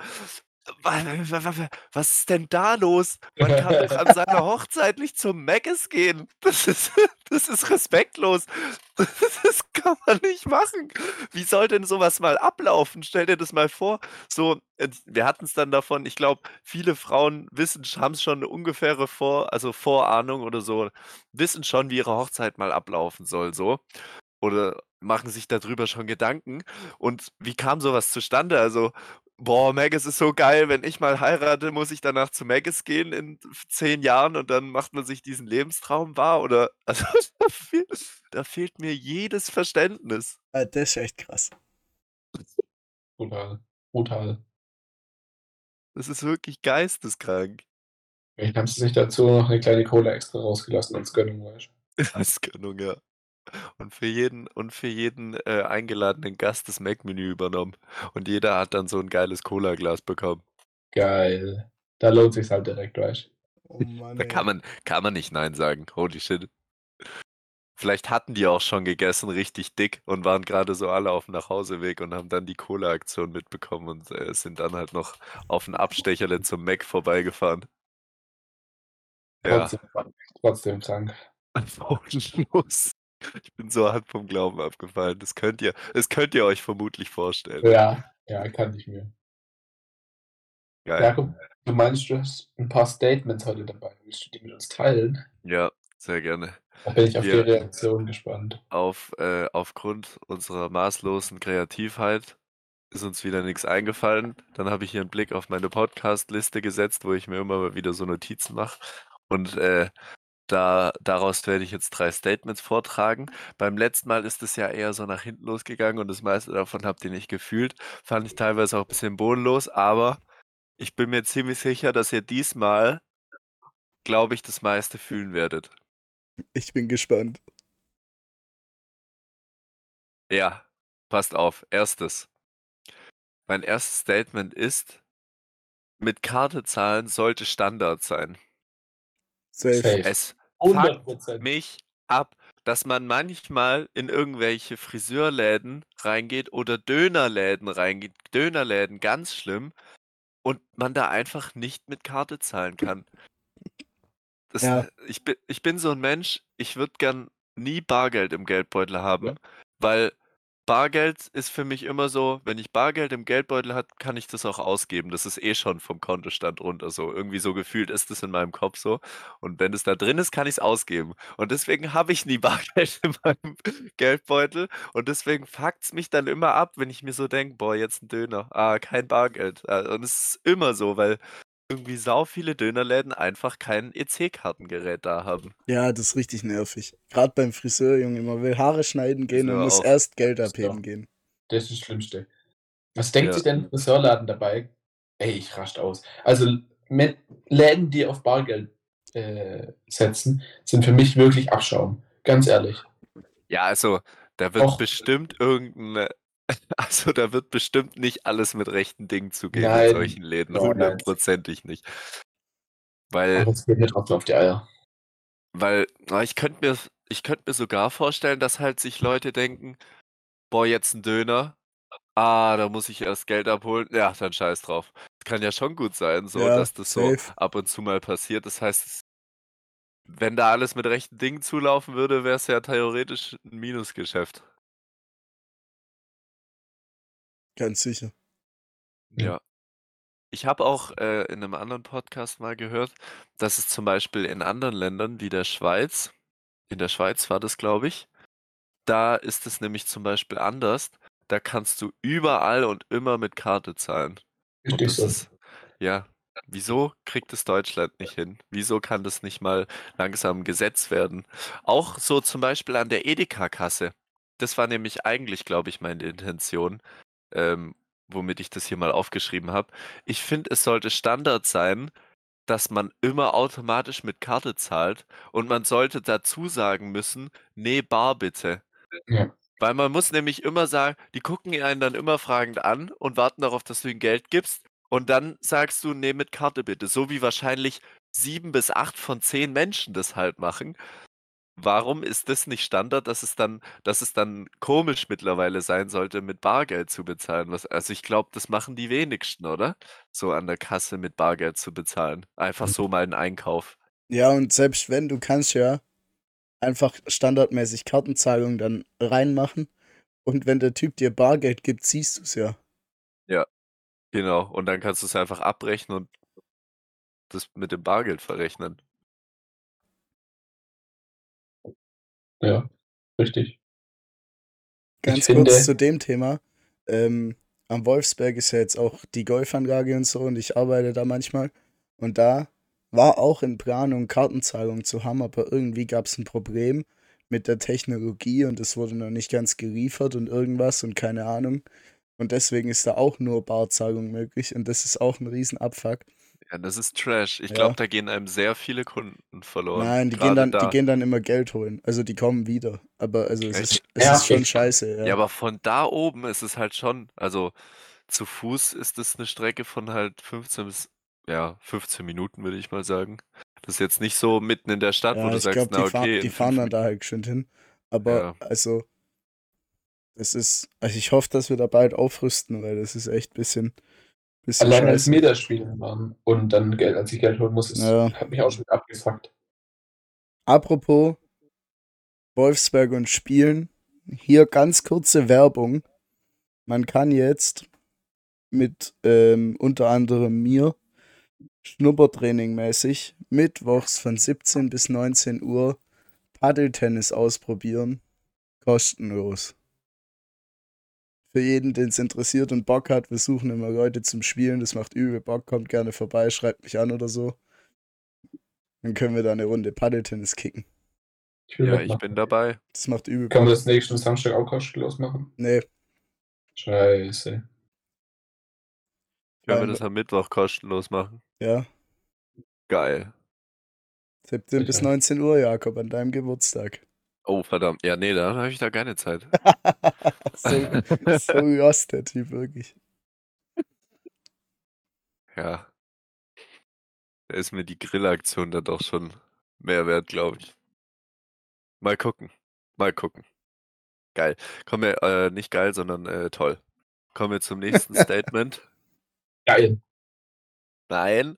was ist denn da los? Man kann doch an seiner Hochzeit nicht zum Mc's gehen. Das ist respektlos. Das kann man nicht machen. Wie soll denn sowas mal ablaufen? Stell dir das mal vor. So, wir hatten es dann davon, ich glaube, viele Frauen haben schon eine ungefähre Vorahnung oder so, wissen schon, wie ihre Hochzeit mal ablaufen soll, so. Oder machen sich darüber schon Gedanken. Und wie kam sowas zustande? Also, boah, Maggis ist so geil, wenn ich mal heirate, muss ich danach zu Maggis gehen in 10 Jahren und dann macht man sich diesen Lebenstraum wahr? Oder, also, da fehlt mir jedes Verständnis. Das ist echt krass. Brutal. Brutal. Das ist wirklich geisteskrank. Vielleicht haben sie sich dazu noch eine kleine Cola extra rausgelassen als Gönnung, weißt du? Als Gönnung, ja. Und für jeden eingeladenen Gast das Mac-Menü übernommen. Und jeder hat dann so ein geiles Cola-Glas bekommen. Geil. Da lohnt sich's halt direkt, weißt Oh Mann, Da ey. kann man nicht Nein sagen. Holy shit. Vielleicht hatten die auch schon gegessen, richtig dick und waren gerade so alle auf dem Nachhauseweg und haben dann die Cola-Aktion mitbekommen und sind dann halt noch auf ein Abstecherle zum Mac vorbeigefahren. Ja, Trotzdem krank. bodenlos. Ich bin so hart vom Glauben abgefallen. Das könnt ihr euch vermutlich vorstellen. Ja, kann ich mir. Geil. Jakob, du meinst, du hast ein paar Statements heute dabei. Willst du die mit uns teilen? Ja, sehr gerne. Da bin ich auf die Wir- Reaktion gespannt. Aufgrund unserer maßlosen Kreativheit ist uns wieder nichts eingefallen. Dann habe ich hier einen Blick auf meine Podcast-Liste gesetzt, wo ich mir immer mal wieder so Notizen mache. Und daraus werde ich jetzt 3 Statements vortragen. Beim letzten Mal ist es ja eher so nach hinten losgegangen und das meiste davon habt ihr nicht gefühlt. Fand ich teilweise auch ein bisschen bodenlos, aber ich bin mir ziemlich sicher, dass ihr diesmal, glaube ich, das meiste fühlen werdet. Ich bin gespannt. Ja, passt auf. Mein erstes Statement ist, mit Karte zahlen sollte Standard sein. Safe. Es fuckt 100%. mich ab, dass man manchmal in irgendwelche Friseurläden reingeht oder Dönerläden reingeht. Dönerläden, ganz schlimm. Und man da einfach nicht mit Karte zahlen kann. Ja. Ich bin so ein Mensch, ich würde gern nie Bargeld im Geldbeutel haben, weil Bargeld ist für mich immer so, wenn ich Bargeld im Geldbeutel habe, kann ich das auch ausgeben. Das ist eh schon vom Kontostand runter so. Irgendwie so gefühlt ist das in meinem Kopf so. Und wenn es da drin ist, kann ich es ausgeben. Und deswegen habe ich nie Bargeld in meinem Geldbeutel. Und deswegen fuckt es mich dann immer ab, wenn ich mir so denke, boah, jetzt ein Döner. Ah, kein Bargeld. Und es ist immer so, weil irgendwie sau viele Dönerläden einfach kein EC-Kartengerät da haben. Ja, das ist richtig nervig. Gerade beim Friseur, Junge, man will Haare schneiden gehen und Friseur muss auch. erst Geld Das ist abheben doch- gehen. Das ist das Schlimmste. Was denkt Ja. sich denn ein Friseurladen dabei? Ey, ich rascht aus. Also Läden, die auf Bargeld setzen, sind für mich wirklich Abschaum. Ganz ehrlich. Ja, also da wird Och. bestimmt da wird bestimmt nicht alles mit rechten Dingen zugehen in Nein. solchen Läden. Nein. Hundertprozentig nicht. Weil, Aber es geht mir trotzdem auf die Eier. ich könnte mir sogar vorstellen, dass halt sich Leute denken, boah, jetzt ein Döner. Ah, da muss ich erst Geld abholen. Ja, dann scheiß drauf. Das kann ja schon gut sein, so, Ja, dass das so safe. ab und zu mal passiert. Das heißt, wenn da alles mit rechten Dingen zulaufen würde, wäre es ja theoretisch ein Minusgeschäft. Ganz sicher. Ja. Ich habe auch in einem anderen Podcast mal gehört, dass es zum Beispiel in anderen Ländern wie der Schweiz, in der Schweiz war das, glaube ich, da ist es nämlich zum Beispiel anders. Da kannst du überall und immer mit Karte zahlen. Und Richtig das so. ist, ja, wieso kriegt es Deutschland nicht hin? Wieso kann das nicht mal langsam ein Gesetz werden? Auch so zum Beispiel an der Edeka-Kasse. Das war nämlich eigentlich, glaube ich, meine Intention, womit ich das hier mal aufgeschrieben habe. Ich finde, es sollte Standard sein, dass man immer automatisch mit Karte zahlt und man sollte dazu sagen müssen, nee, bar bitte. Ja. Weil man muss nämlich immer sagen, die gucken einen dann immer fragend an und warten darauf, dass du ihnen Geld gibst. Und dann sagst du, nee, mit Karte bitte. So wie wahrscheinlich 7 bis 8 von 10 Menschen das halt machen. Warum ist das nicht Standard, dass es dann komisch mittlerweile sein sollte, mit Bargeld zu bezahlen? Also ich glaube, das machen die wenigsten, oder? So an der Kasse mit Bargeld zu bezahlen. Einfach so mal einen Einkauf. Ja, und selbst wenn, du kannst ja einfach standardmäßig Kartenzahlung dann reinmachen. Und wenn der Typ dir Bargeld gibt, siehst du es ja. Ja, genau. Und dann kannst du es einfach abrechnen und das mit dem Bargeld verrechnen. Ja, richtig. Ganz kurz zu dem Thema. Am Wolfsberg ist ja jetzt auch die Golfanlage und so und ich arbeite da manchmal. Und da war auch in Planung, Kartenzahlung zu haben, aber irgendwie gab es ein Problem mit der Technologie und es wurde noch nicht ganz geliefert und irgendwas und keine Ahnung. Und deswegen ist da auch nur Barzahlung möglich und das ist auch ein Riesenabfuck. Ja, das ist Trash. Ich glaube, Ja. da gehen einem sehr viele Kunden verloren. Nein, Gerade die da. gehen dann immer Geld holen. Also die kommen wieder. Aber also Echt? es Ja, ist schon okay. scheiße, Ja, ja. aber von da oben ist es halt schon, also zu Fuß ist es eine Strecke von halt 15 Minuten, würde ich mal sagen. Das ist jetzt nicht so mitten in der Stadt, wo Ja, du ich sagst, glaube, na okay, die in fahren 5 dann Minuten. da halt geschwind hin. Aber Ja, also, also ich hoffe, dass wir da bald aufrüsten, weil das ist echt bisschen Allein als scheiße. wir da spielen waren und dann Geld, als ich Geld holen muss, Ja. hat mich auch schon abgefuckt. Apropos Wolfsberg und Spielen, hier ganz kurze Werbung. Man kann jetzt mit unter anderem mir Schnuppertraining mäßig mittwochs von 17 bis 19 Uhr Paddeltennis ausprobieren. Kostenlos. Für jeden, den es interessiert und Bock hat, wir suchen immer Leute zum Spielen. Das macht übel Bock. Kommt gerne vorbei, schreibt mich an oder so. Dann können wir da eine Runde Paddeltennis kicken. Ich will ja, ich mitmachen. bin dabei. Das macht übel Können wir Bock. das nächsten Samstag auch kostenlos machen? Nee, Scheiße. Können wir beim, das am Mittwoch kostenlos machen? ja, Geil. 17 bis Sicher. 19 Uhr, Jakob, an deinem Geburtstag. Oh, verdammt. Ja, nee, dann habe ich da keine Zeit. so lost, der Typ, wirklich. Ja, da ist mir die Grillaktion dann doch schon mehr wert, glaube ich. Mal gucken. Mal gucken. Geil. Kommen wir, nicht geil, sondern toll. Kommen wir zum nächsten Statement. Geil. Nein.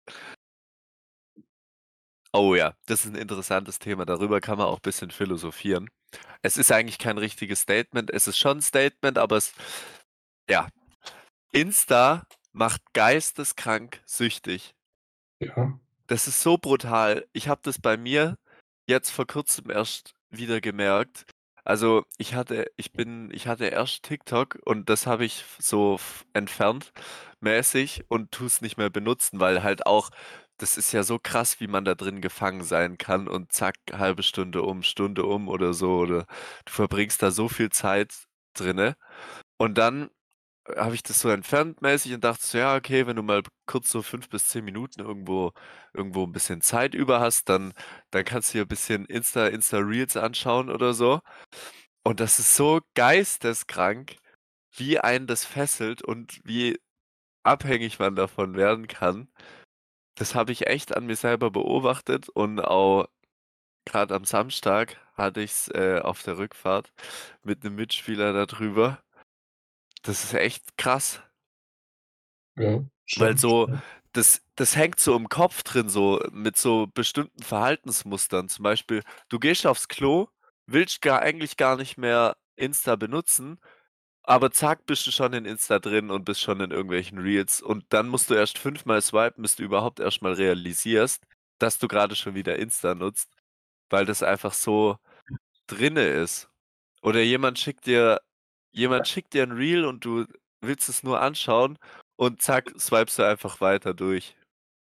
Oh ja, das ist ein interessantes Thema. Darüber kann man auch ein bisschen philosophieren. Es ist eigentlich kein richtiges Statement. Es ist schon ein Statement, aber ja. Insta macht geisteskrank süchtig. Ja. Das ist so brutal. Ich habe das bei mir jetzt vor kurzem erst wieder gemerkt. Also ich hatte erst TikTok und das habe ich so entfernt mäßig und tue es nicht mehr benutzen, weil halt auch, das ist ja so krass, wie man da drin gefangen sein kann und zack, halbe Stunde um oder so, oder du verbringst da so viel Zeit drinne. Und dann habe ich das so entfernt mäßig und dachte so, ja, okay, wenn du mal kurz so 5 bis 10 Minuten irgendwo ein bisschen Zeit über hast, dann kannst du dir ein bisschen Insta-Reels anschauen oder so. Und das ist so geisteskrank, wie einen das fesselt und wie abhängig man davon werden kann. Das habe ich echt an mir selber beobachtet und auch gerade am Samstag hatte ich es auf der Rückfahrt mit einem Mitspieler darüber. Das ist echt krass. Ja. Weil Schon. so, das hängt so im Kopf drin, so mit so bestimmten Verhaltensmustern. Zum Beispiel, du gehst aufs Klo, willst eigentlich gar nicht mehr Insta benutzen, aber zack, bist du schon in Insta drin und bist schon in irgendwelchen Reels. Und dann musst du erst 5-mal swipen, bis du überhaupt erstmal realisierst, dass du gerade schon wieder Insta nutzt, weil das einfach so drinne ist. Oder jemand schickt dir ein Reel und du willst es nur anschauen und zack, swipest du einfach weiter durch.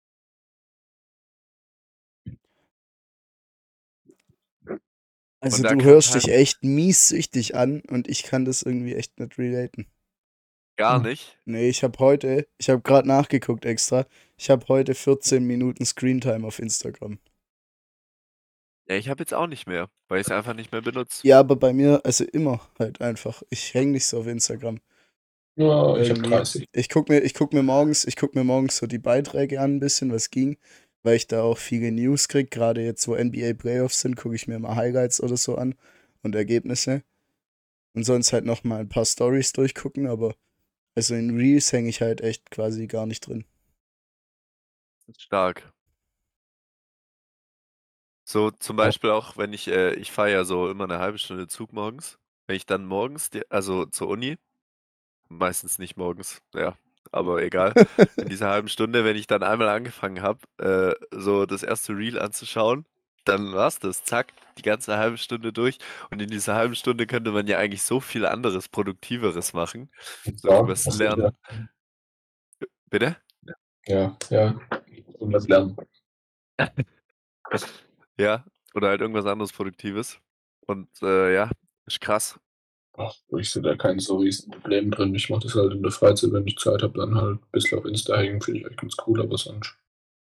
Also Und da du kommt hörst halt dich echt mies süchtig an und ich kann das irgendwie echt nicht relaten. gar nicht. Nee, ich habe gerade nachgeguckt extra. Ich habe heute 14 Minuten Screentime auf Instagram. Ja, ich habe jetzt auch nicht mehr, weil ich es einfach nicht mehr benutze. Ja, aber bei mir, also immer halt einfach. Ich hänge nicht so auf Instagram. Ja, ich habe Irgendwie. 30. Ich guck mir morgens so die Beiträge an, ein bisschen, was ging, weil ich da auch viele News krieg. Gerade jetzt, wo NBA Playoffs sind, gucke ich mir mal Highlights oder so an und Ergebnisse. Und sonst halt noch mal ein paar Stories durchgucken, aber also in Reels hänge ich halt echt quasi gar nicht drin. Stark. So zum Beispiel auch, wenn ich fahre ja so immer eine halbe Stunde Zug morgens. Wenn ich dann morgens, also zur Uni, meistens nicht morgens, ja, aber egal. In dieser halben Stunde, wenn ich dann einmal angefangen habe, so das erste Reel anzuschauen, dann war's das. Zack, die ganze halbe Stunde durch. Und in dieser halben Stunde könnte man ja eigentlich so viel anderes, Produktiveres machen. So Ja, irgendwas was soll ich lernen. Bitte? ja. Und was lernen. Ja, oder halt irgendwas anderes Produktives. Und ja, ist krass. Ach, ich sehe da kein so riesen Problem drin. Ich mache das halt in der Freizeit, wenn ich Zeit habe, dann halt ein bisschen auf Insta hängen, finde ich eigentlich ganz cool, aber sonst.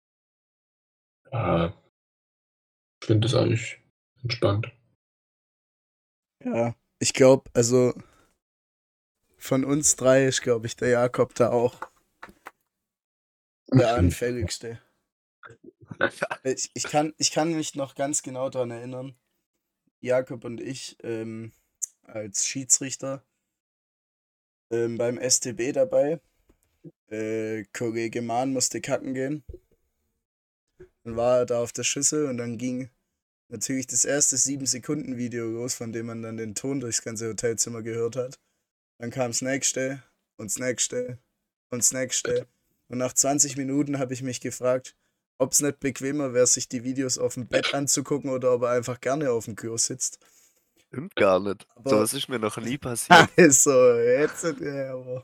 Ich finde das eigentlich entspannt. Ja, ich glaube, also von uns drei ist, glaube ich, der Jakob da auch der anfälligste. Ich kann mich noch ganz genau daran erinnern, Jakob und ich als Schiedsrichter beim STB dabei. Kollege Mahn musste kacken gehen. Dann war er da auf der Schüssel und dann ging natürlich das erste 7-Sekunden-Video los, von dem man dann den Ton durchs ganze Hotelzimmer gehört hat. Dann kam das nächste und das nächste und das nächste. Und nach 20 Minuten habe ich mich gefragt, ob es nicht bequemer wäre, sich die Videos auf dem Bett anzugucken oder ob er einfach gerne auf dem Klo sitzt. Stimmt gar nicht. Aber Sowas ist mir noch nie passiert. also, jetzt aber.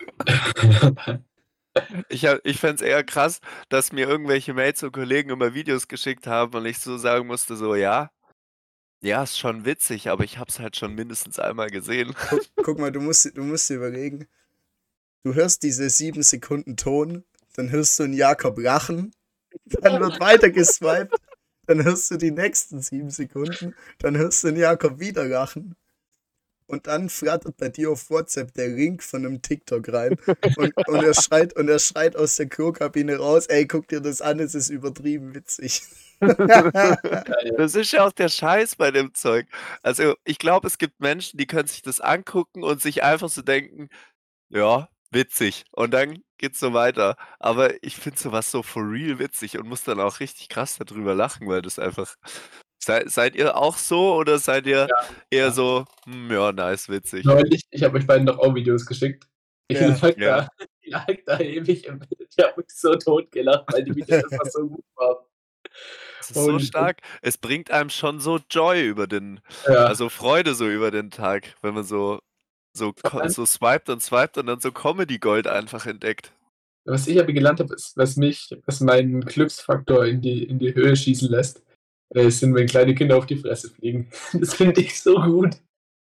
Ich fände es eher krass, dass mir irgendwelche Mates und Kollegen immer Videos geschickt haben und ich so sagen musste, so, ja, ja, ist schon witzig, aber ich hab's halt schon mindestens einmal gesehen. Guck mal, du musst dir überlegen, du hörst diese 7 Sekunden Ton, dann hörst du einen Jakob lachen, dann wird weiter geswiped, dann hörst du die nächsten 7 Sekunden, dann hörst du einen Jakob wieder lachen und dann flattert bei dir auf WhatsApp der Link von einem TikTok rein und er schreit aus der Klokabine raus, ey, guck dir das an, es ist übertrieben witzig. Das ist ja auch der Scheiß bei dem Zeug. Also, ich glaube, es gibt Menschen, die können sich das angucken und sich einfach so denken, ja, witzig. Und dann geht's so weiter. Aber ich finde sowas so for real witzig und muss dann auch richtig krass darüber lachen, weil das einfach. Seid ihr auch so oder seid ihr eher Ja. so, ja, nice, witzig? Neulich, ich habe euch beiden doch auch Videos geschickt. Ich Ja. lag da ewig im Bild. Ich habe mich so tot gelacht, weil die Videos einfach so gut waren. Das ist so Und stark. Es bringt einem schon so Joy über ja, also Freude so über den Tag, wenn man so vor allem, so swiped und dann so Comedy Gold einfach entdeckt. was ich aber gelernt habe, ist, was meinen Glücksfaktor in die Höhe schießen lässt, sind, wenn kleine Kinder auf die Fresse fliegen. Das finde ich so gut.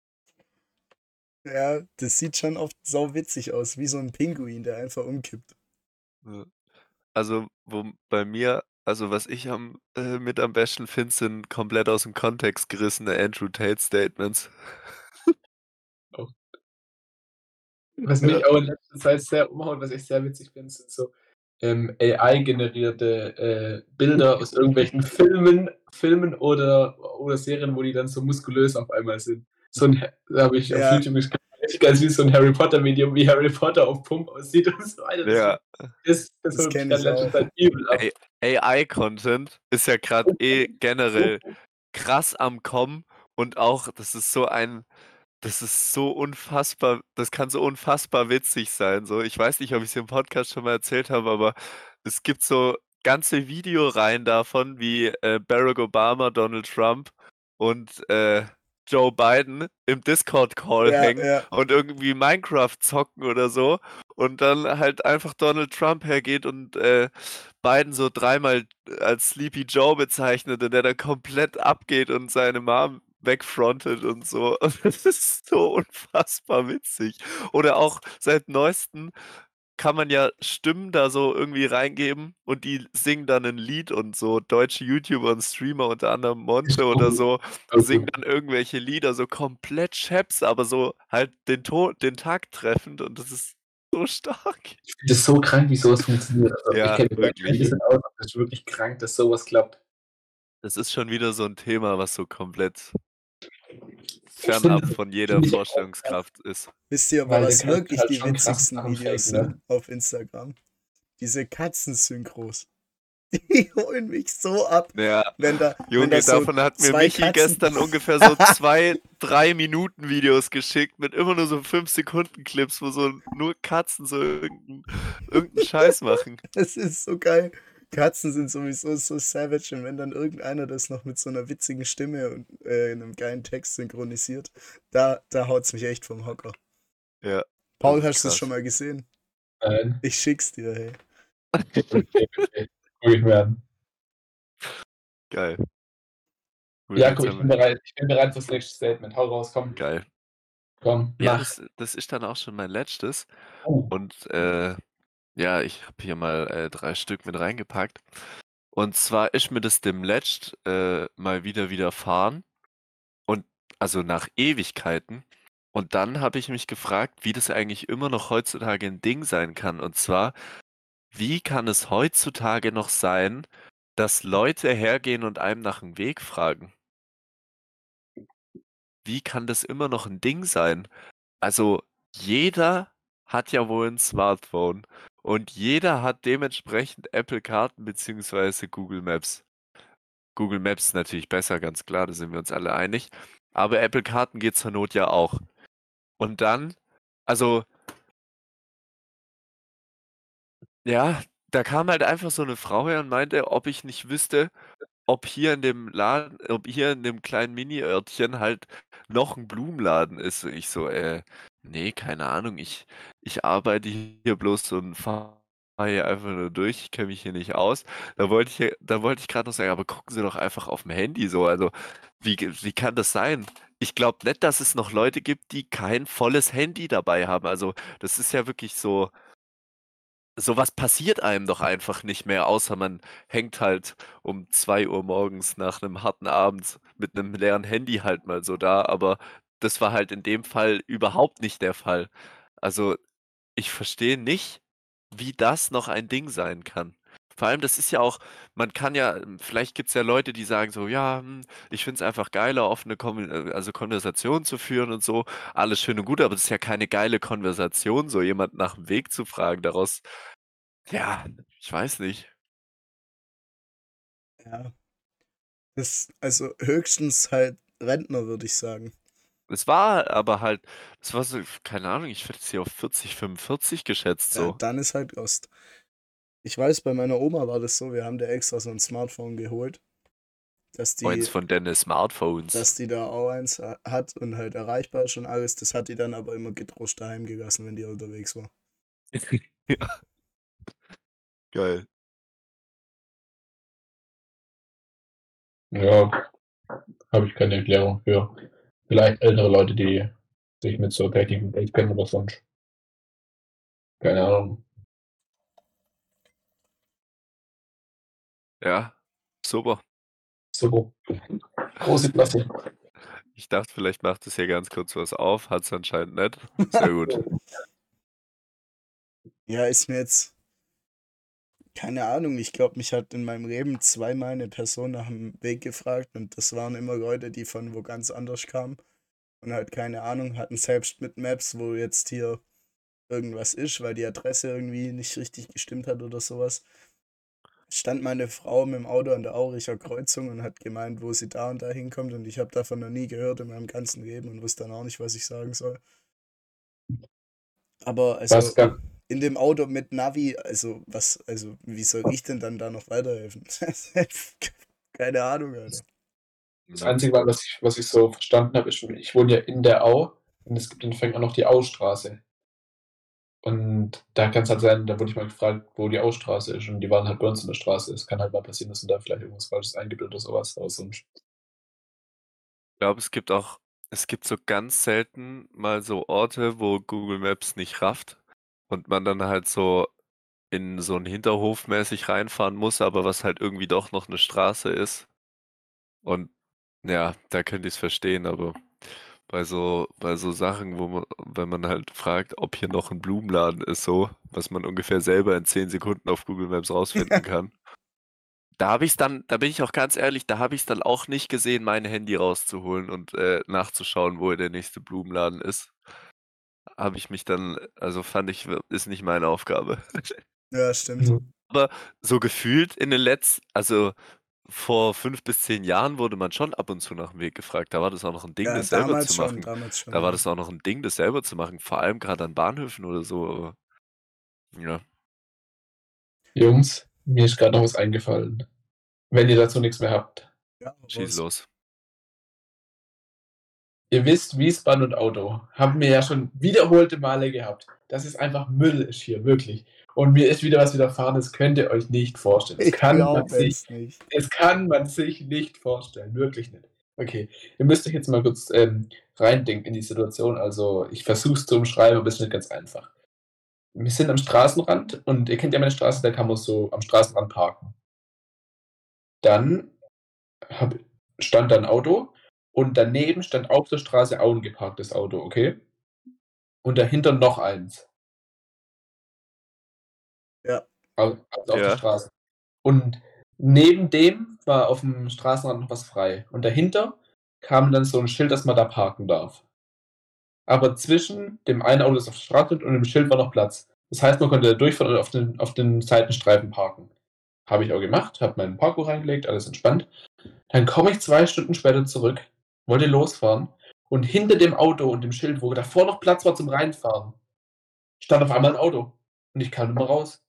Ja, das sieht schon oft sau witzig aus, wie so ein Pinguin, der einfach umkippt. Ja. Also, bei mir, also was ich mit am besten finde, sind komplett aus dem Kontext gerissene Andrew Tate Statements. Was mich auch in letzter Zeit sehr umhaut, was ich sehr witzig finde, sind so AI-generierte Bilder aus irgendwelchen Filmen oder Serien, wo die dann so muskulös auf einmal sind. Da habe ich auf Ja. YouTube geschaut, ganz wie so ein Harry Potter-Video, wie Harry Potter auf Pump aussieht und so weiter. Ja. Das Das holt mich kenn gerade ich in letzter auch. Zeit übel ab. AI-Content ist ja gerade generell krass am Kommen und auch, das ist so unfassbar, das kann so unfassbar witzig sein. So, ich weiß nicht, ob ich es im Podcast schon mal erzählt habe, aber es gibt so ganze Videoreihen davon, wie Barack Obama, Donald Trump und Joe Biden im Discord-Call Ja, hängen ja. und irgendwie Minecraft zocken oder so und dann halt einfach Donald Trump hergeht und Biden so dreimal als Sleepy Joe bezeichnet und der dann komplett abgeht und seine Mom wegfrontet und so. Und das ist so unfassbar witzig. Oder auch seit neuestem kann man ja Stimmen da so irgendwie reingeben und die singen dann ein Lied und so deutsche YouTuber und Streamer, unter anderem Monte oder so, singen dann irgendwelche Lieder, so komplett Chaps, aber so halt den Takt treffend und das ist so stark. Ich finde es so krank, wie sowas funktioniert. Also Ja, ich kenne mich ein wirklich. bisschen aus, aber es ist wirklich krank, dass sowas klappt. Das ist schon wieder so ein Thema, was so komplett Ich fernab finde, von jeder finde ich auch krass, Vorstellungskraft ist. Wisst ihr aber, weil da was kannst du wirklich halt die schon krasse witzigsten Sachen Videos faken, ne? sind auf Instagram? Diese Katzensynchros. Die holen mich so ab, Ja, wenn da Junge, so davon hat mir zwei Michi Katzen. gestern ungefähr so 2-3 Minuten Videos geschickt mit immer nur so 5 Sekunden Clips, wo so nur Katzen so irgendeinen Scheiß machen. Das ist so geil. Katzen sind sowieso so savage und wenn dann irgendeiner das noch mit so einer witzigen Stimme und einem geilen Text synchronisiert, da haut's mich echt vom Hocker. Ja, Paul, das ist hast du es krass. schon mal gesehen? Nein. Ich schick's dir, hey. Okay. Guck ich mir an. Geil. Gut, Jakob, jetzt ich haben bin wir. bereit. Ich bin bereit fürs nächste Statement. Hau raus, komm. Geil. Komm, Ja, mach. das ist dann auch schon mein letztes. Oh. Und ja, ich habe hier mal 3 Stück mit reingepackt. Und zwar ist mir das demnächst mal wieder widerfahren. Und also nach Ewigkeiten. Und dann habe ich mich gefragt, wie das eigentlich immer noch heutzutage ein Ding sein kann. Und zwar, wie kann es heutzutage noch sein, dass Leute hergehen und einem nach dem Weg fragen? Wie kann das immer noch ein Ding sein? Also, jeder hat ja wohl ein Smartphone und jeder hat dementsprechend Apple Karten beziehungsweise Google Maps. Google Maps ist natürlich besser, ganz klar, da sind wir uns alle einig. Aber Apple Karten geht zur Not ja auch. Und dann, also, ja, da kam halt einfach so eine Frau her und meinte, ob ich nicht wüsste, ob hier in dem Laden, ob hier in dem kleinen Mini-Örtchen halt noch ein Blumenladen ist. Und ich so, nee, keine Ahnung, ich arbeite hier bloß und fahre hier einfach nur durch, ich kenne mich hier nicht aus. Da wollte ich gerade noch sagen, aber gucken Sie doch einfach auf dem Handy so. Also, wie kann das sein? Ich glaube nicht, dass es noch Leute gibt, die kein volles Handy dabei haben. Also, das ist ja wirklich so. Sowas passiert einem doch einfach nicht mehr, außer man hängt halt um 2 Uhr morgens nach einem harten Abend mit einem leeren Handy halt mal so da, aber das war halt in dem Fall überhaupt nicht der Fall. Also, ich verstehe nicht, wie das noch ein Ding sein kann. Vor allem, das ist ja auch man kann ja vielleicht gibt's ja Leute, die sagen so: „Ja, ich finde es einfach geiler, offene Konversation zu führen und so.“ Alles schön und gut, aber das ist ja keine geile Konversation, so jemand nach dem Weg zu fragen. Daraus ja, ich weiß nicht. Ja. Also höchstens halt Rentner, würde ich sagen. Es war aber halt das war so keine Ahnung, ich hätte es hier auf 40, 45 geschätzt Ja, so. dann ist halt Ost. Ich weiß, bei meiner Oma war das so, wir haben der extra so ein Smartphone geholt, dass Eins die, von deine Smartphones. dass die da auch eins hat und halt erreichbar ist und alles. Das hat die dann aber immer gedroscht daheim gelassen, wenn die unterwegs war. Ja, geil. Ja, habe ich keine Erklärung für. Vielleicht ältere Leute, die sich mit so Techniken kennen oder sonst. Keine Ahnung. Ja, super. So, große Klasse. Ich dachte, vielleicht macht es hier ganz kurz was auf, hat's anscheinend nicht. Sehr gut. Ja, ist mir jetzt, keine Ahnung, ich glaube, mich hat in meinem Leben zweimal eine Person nach dem Weg gefragt und das waren immer Leute, die von wo ganz anders kamen und halt keine Ahnung hatten, selbst mit Maps, wo jetzt hier irgendwas ist, weil die Adresse irgendwie nicht richtig gestimmt hat oder sowas. Stand meine Frau mit dem Auto an der Auricher Kreuzung und hat gemeint, wo sie da und da hinkommt und ich habe davon noch nie gehört in meinem ganzen Leben und wusste dann auch nicht, was ich sagen soll. Aber Was also kann, in dem Auto mit Navi, also wie soll ich denn dann da noch weiterhelfen? Keine Ahnung, Alter. das Einzige, was ich so verstanden habe, ist, ich wohne ja in der Au und es gibt in Feng auch noch die Austraße. Und da kann es halt sein, da wurde ich mal gefragt, wo die Ausstraße ist und die waren halt bei uns in der Straße. Es kann halt mal passieren, dass du da vielleicht irgendwas Falsches eingibt oder sowas. Aber sonst. Ich glaube, es gibt so ganz selten mal so Orte, wo Google Maps nicht rafft. und man dann halt so in so einen Hinterhof mäßig reinfahren muss, aber was halt irgendwie doch noch eine Straße ist. Und ja, da könnte ich es verstehen, aber bei so Sachen, wenn man halt fragt, ob hier noch ein Blumenladen ist, so, was man ungefähr selber in 10 Sekunden auf Google Maps rausfinden kann. Da bin ich auch ganz ehrlich, da habe ich es dann auch nicht gesehen, mein Handy rauszuholen und nachzuschauen, wo der nächste Blumenladen ist. Habe ich mich dann, also fand ich, ist nicht meine Aufgabe. Ja, stimmt. Aber so gefühlt in den letzten, also vor 5 bis 10 Jahren wurde man schon ab und zu nach dem Weg gefragt. Da war das auch noch ein Ding, Ja, das selber zu damals schon, Da war ja. das auch noch ein Ding, das selber zu machen, vor allem gerade an Bahnhöfen oder so. Aber, ja, Jungs, mir ist gerade noch was eingefallen. Wenn ihr dazu nichts mehr habt. Ja, schieß raus. los. Ihr wisst, Wiesbaden und Auto haben wir ja schon wiederholte Male gehabt. Das ist einfach Müll ist hier, wirklich. Und mir ist wieder was widerfahren, das könnt ihr euch nicht vorstellen. Ich glaube es nicht. Das kann man sich nicht vorstellen, wirklich nicht. Okay, ihr müsst euch jetzt mal kurz reindenken in die Situation. Also ich versuche es zu umschreiben, aber es ist nicht ganz einfach. Wir sind am Straßenrand und ihr kennt ja meine Straße, da kann man so am Straßenrand parken. Dann hab, stand da ein Auto und daneben stand auf der Straße auch ein geparktes Auto, okay? Und dahinter noch eins. Ja. Also auf der Ja, Straße. Und neben dem war auf dem Straßenrand noch was frei. Und dahinter kam dann so ein Schild, dass man da parken darf. Aber zwischen dem einen Auto, das auf der Straße stand, und dem Schild war noch Platz. Das heißt, man konnte da durchfahren oder auf den Seitenstreifen parken. Habe ich auch gemacht, habe meinen Parkour reingelegt, alles entspannt. Dann komme ich 2 Stunden später zurück, wollte losfahren und hinter dem Auto und dem Schild, wo davor noch Platz war zum Reinfahren, stand auf einmal ein Auto. Und ich kam nicht mehr raus.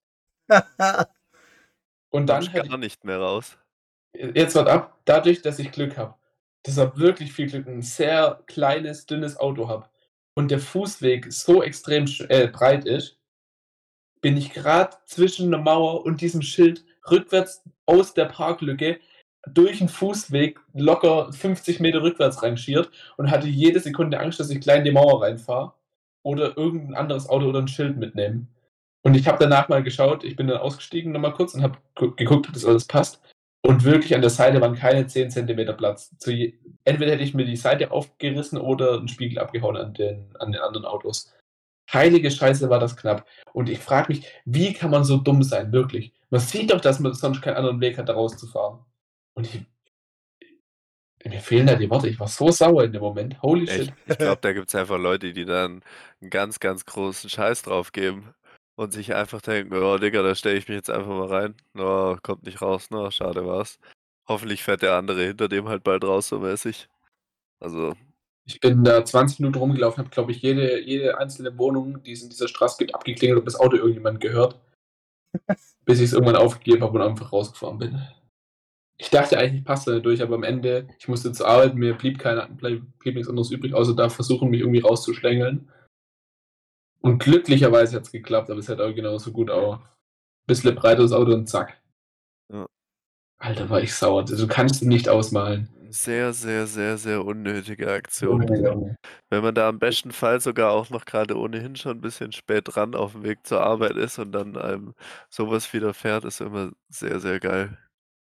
Und dann kommst hatte gar nicht mehr raus. jetzt wart ab, dadurch, dass ich Glück habe, deshalb wirklich viel Glück, ein sehr kleines, dünnes Auto habe und der Fußweg so extrem breit ist, bin ich gerade zwischen der Mauer und diesem Schild rückwärts aus der Parklücke durch 'n Fußweg locker 50 Meter rückwärts rangiert und hatte jede Sekunde Angst, dass ich gleich in die Mauer reinfahre oder irgend 'n anderes Auto oder 'n Schild mitnehme. Und ich habe danach mal geschaut, ich bin dann ausgestiegen noch mal kurz und habe geguckt, ob das alles passt. Und wirklich an der Seite waren keine 10 Zentimeter Platz. Entweder hätte ich mir die Seite aufgerissen oder 'n Spiegel abgehauen an den anderen Autos. Heilige Scheiße, war das knapp. Und ich frage mich, wie kann man so dumm sein, wirklich? Man sieht doch, dass man sonst keinen anderen Weg hat, da rauszufahren. Und mir fehlen da die Worte. Ich war so sauer in dem Moment. Holy shit. Ich glaube, da gibt es einfach Leute, die dann einen ganz, ganz großen Scheiß drauf geben und sich einfach denken, oh Digga, da stelle ich mich jetzt einfach mal rein. Oh, kommt nicht raus, na, schade war's. Hoffentlich fährt der andere hinter dem halt bald raus, so mäßig. Also, Ich bin da 20 Minuten rumgelaufen, habe, glaube ich, jede einzelne Wohnung, die es in dieser Straße gibt, abgeklingelt, ob das Auto irgendjemand gehört, bis ich es irgendwann aufgegeben habe und einfach rausgefahren bin. Ich dachte eigentlich, ich passe da durch, aber am Ende, ich musste zur Arbeit, mir blieb nichts anderes übrig, außer da versuchen, mich irgendwie rauszuschlängeln. Und glücklicherweise hat es geklappt, aber es hätte auch genauso gut auch bisschen breiteres Auto und zack. ja, Alter, war ich sauer. Du kannst ihn nicht ausmalen. sehr, sehr, sehr, sehr unnötige Aktion. Junge, Junge. Wenn man da am besten Fall sogar auch noch gerade ohnehin schon ein bisschen spät dran auf dem Weg zur Arbeit ist und dann einem sowas widerfährt, ist immer sehr, sehr geil.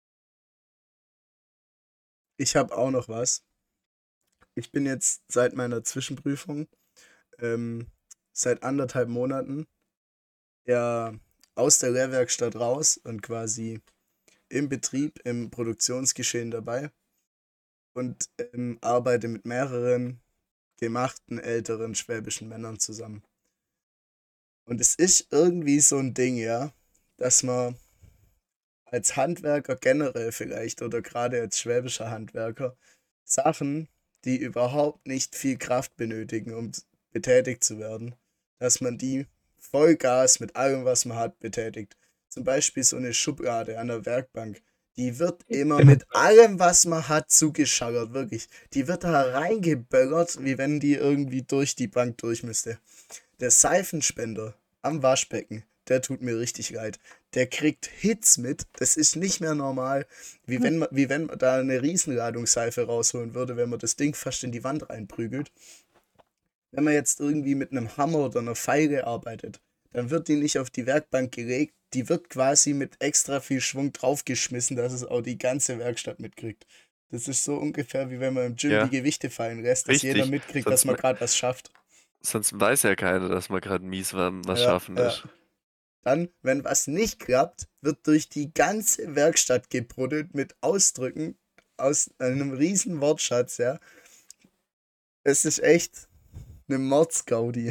Ich habe auch noch was. Ich bin jetzt seit meiner Zwischenprüfung, seit 1,5 Monaten, ja aus der Lehrwerkstatt raus und quasi im Betrieb, im Produktionsgeschehen dabei und arbeite mit mehreren gemachten älteren schwäbischen Männern zusammen. Und es ist irgendwie so ein Ding, ja, dass man als Handwerker generell vielleicht oder gerade als schwäbischer Handwerker Sachen, die überhaupt nicht viel Kraft benötigen, um betätigt zu werden, dass man die Vollgas mit allem, was man hat, betätigt. Zum Beispiel so eine Schublade an der Werkbank. Die wird immer mit allem, was man hat, zugeschallert, wirklich. Die wird da reingeböllert, wie wenn die irgendwie durch die Bank durch müsste. Der Seifenspender am Waschbecken, der tut mir richtig leid. Der kriegt Hits mit, das ist nicht mehr normal, wie wenn man da eine Riesenladung Seife rausholen würde, wenn man das Ding fast in die Wand reinprügelt. Wenn man jetzt irgendwie mit einem Hammer oder einer Feile arbeitet, dann wird die nicht auf die Werkbank gelegt, die wird quasi mit extra viel Schwung draufgeschmissen, dass es auch die ganze Werkstatt mitkriegt. Das ist so ungefähr wie wenn man im Gym die Ja, Gewichte fallen lässt, dass jeder richtig. mitkriegt, dass Sonst, man me- gerade was schafft. sonst weiß ja keiner, dass man gerade mies was Ja, schaffen ja. ist. Dann, wenn was nicht klappt, wird durch die ganze Werkstatt gebruddelt mit Ausdrücken aus einem riesen Wortschatz, ja. Es ist echt eine Mordsgaudi.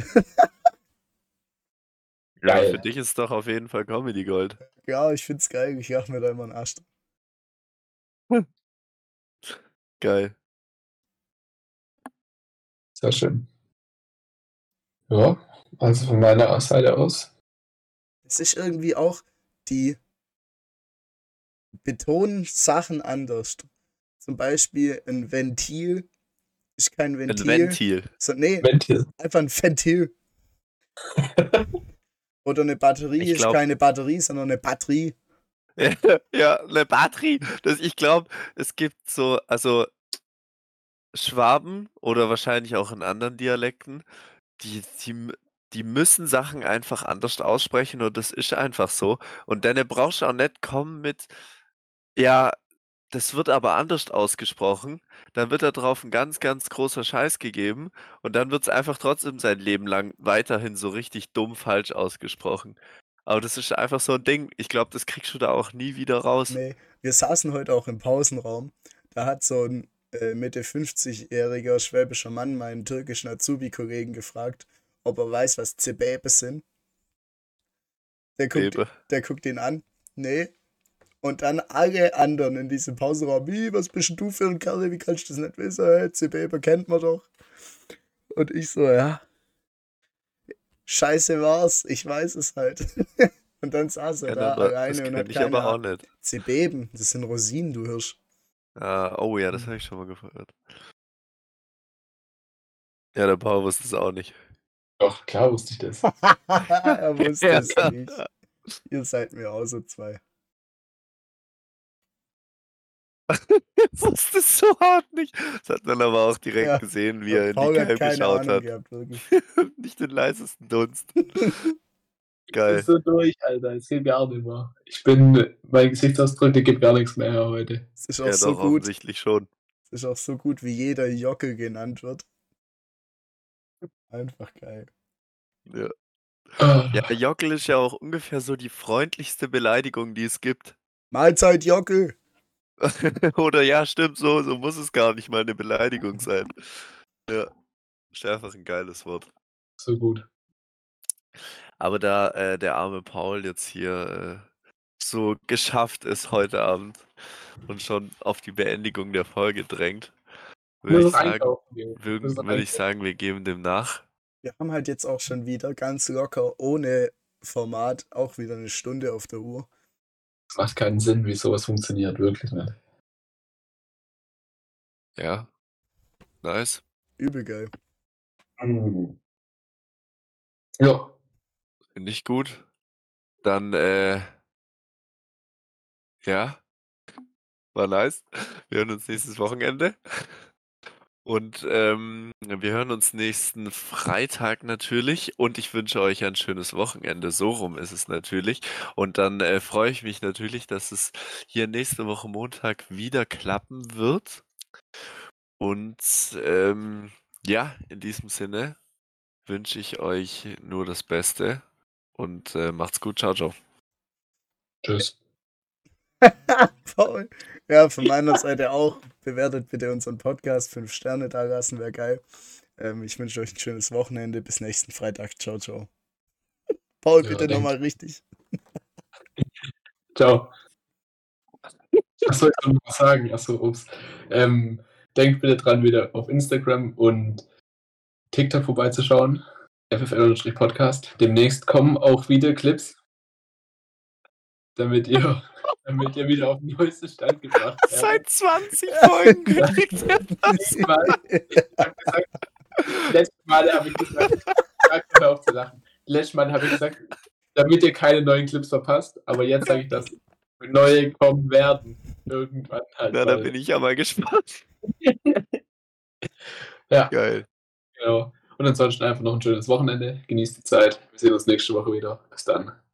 Ja, Geil. für dich ist doch auf jeden Fall Comedy Gold. Ja, ich find's geil. Ich lach mir da immer einen Arsch. Geil. Sehr schön. Ja, also von meiner Seite aus. Es ist irgendwie auch, die betonen Sachen anders. Zum Beispiel ein Ventil ist kein Ein Ventil. Ventil. Nee, Ventil. einfach ein Ventil. Oder eine Batterie Ich ist glaub- keine Batterie, sondern eine Batterie. Ja, eine Batterie. Ich glaube, es gibt so, also Schwaben oder wahrscheinlich auch in anderen Dialekten, die müssen Sachen einfach anders aussprechen und das ist einfach so. Und dann brauchst du auch nicht kommen mit, ja, das wird aber anders ausgesprochen. Dann wird da drauf ein ganz, ganz großer Scheiß gegeben und dann wird es einfach trotzdem sein Leben lang weiterhin so richtig dumm falsch ausgesprochen. Aber das ist einfach so ein Ding. Ich glaube, das kriegst du da auch nie wieder raus. Nee, wir saßen heute auch im Pausenraum. Da hat so ein Mitte 50-jähriger schwäbischer Mann meinen türkischen Azubi-Kollegen gefragt, ob er weiß, was Zebebe sind. Bebe. Der guckt ihn an. Nee. Und dann alle anderen in diesem Pausenraum. Wie, was bist denn du für ein Kerl? Wie kannst du das nicht wissen? Hey, Zebebe kennt man doch. Und ich so, ja. Scheiße war's. Ich weiß es halt. Und dann saß er Ja, da aber das alleine und kenne hat ich aber auch keine nicht. Zebeben. Das sind Rosinen, du Hirsch. Oh ja, das habe ich schon mal gehört. Ja, der Paul wusste es auch nicht. Doch, klar wusste ich das. Er wusste es Ja. nicht. Ihr seid mir auch so zwei. Ich wusste es so hart nicht. Das hat man aber auch direkt Ja, gesehen, wie er in die Paul hat Cam keine geschaut Ahnung hat. gehabt, wirklich. Nicht den leisesten Dunst. Ich Geil. bin so durch, Alter. Es geht gar nicht mehr. Mein Gesichtsausdruck, der gibt gar nichts mehr heute. Es ist auch Ja, so doch, gut. offensichtlich schon. Es ist auch so gut, wie jeder Jockel genannt wird. Einfach geil. Ja. Ah, Ja, Jockel ist ja auch ungefähr so die freundlichste Beleidigung, die es gibt. Mahlzeit, Jockel! Oder ja, stimmt, so muss es gar nicht mal eine Beleidigung sein. Ja, ist einfach ein geiles Wort. so gut. Aber da der arme Paul jetzt hier so geschafft ist heute Abend und schon auf die Beendigung der Folge drängt, würde ich sagen, wir geben dem nach. Wir haben halt jetzt auch schon wieder ganz locker, ohne Format, auch wieder eine Stunde auf der Uhr. Es macht keinen Sinn, wie sowas funktioniert, wirklich nicht. Ja, nice. Übel geil. Ja, Finde ich gut. Dann, ja, war nice. Wir hören uns nächstes Wochenende. Und wir hören uns nächsten Freitag natürlich. Und ich wünsche euch ein schönes Wochenende. So rum ist es natürlich. Und dann freue ich mich natürlich, dass es hier nächste Woche Montag wieder klappen wird. Und ja, in diesem Sinne wünsche ich euch nur das Beste. Und macht's gut. Ciao, ciao. tschüss. Paul. Ja, von meiner Seite auch. Bewertet bitte unseren Podcast. 5 Sterne da lassen, wäre geil. Ich wünsche euch ein schönes Wochenende. Bis nächsten Freitag. Ciao, ciao. Paul, Ja, bitte danke. nochmal richtig. Ciao. Was soll ich noch was sagen? Achso, ups. Denkt bitte dran, wieder auf Instagram und TikTok vorbeizuschauen. FFL-Podcast. Demnächst kommen auch wieder Clips, damit ihr wieder auf den neuesten Stand gebracht werdet. Seit 20 Folgen kriegt er das. Letztes Mal habe ich gesagt, hör auf zu lachen. Letztes Mal habe ich gesagt, damit ihr keine neuen Clips verpasst, aber jetzt sage ich, dass neue kommen werden. Irgendwann halt. Na, da bin ich ja mal gespannt. Ja, Geil. genau. Und ansonsten einfach noch ein schönes Wochenende. Genießt die Zeit. Wir sehen uns nächste Woche wieder. Bis dann.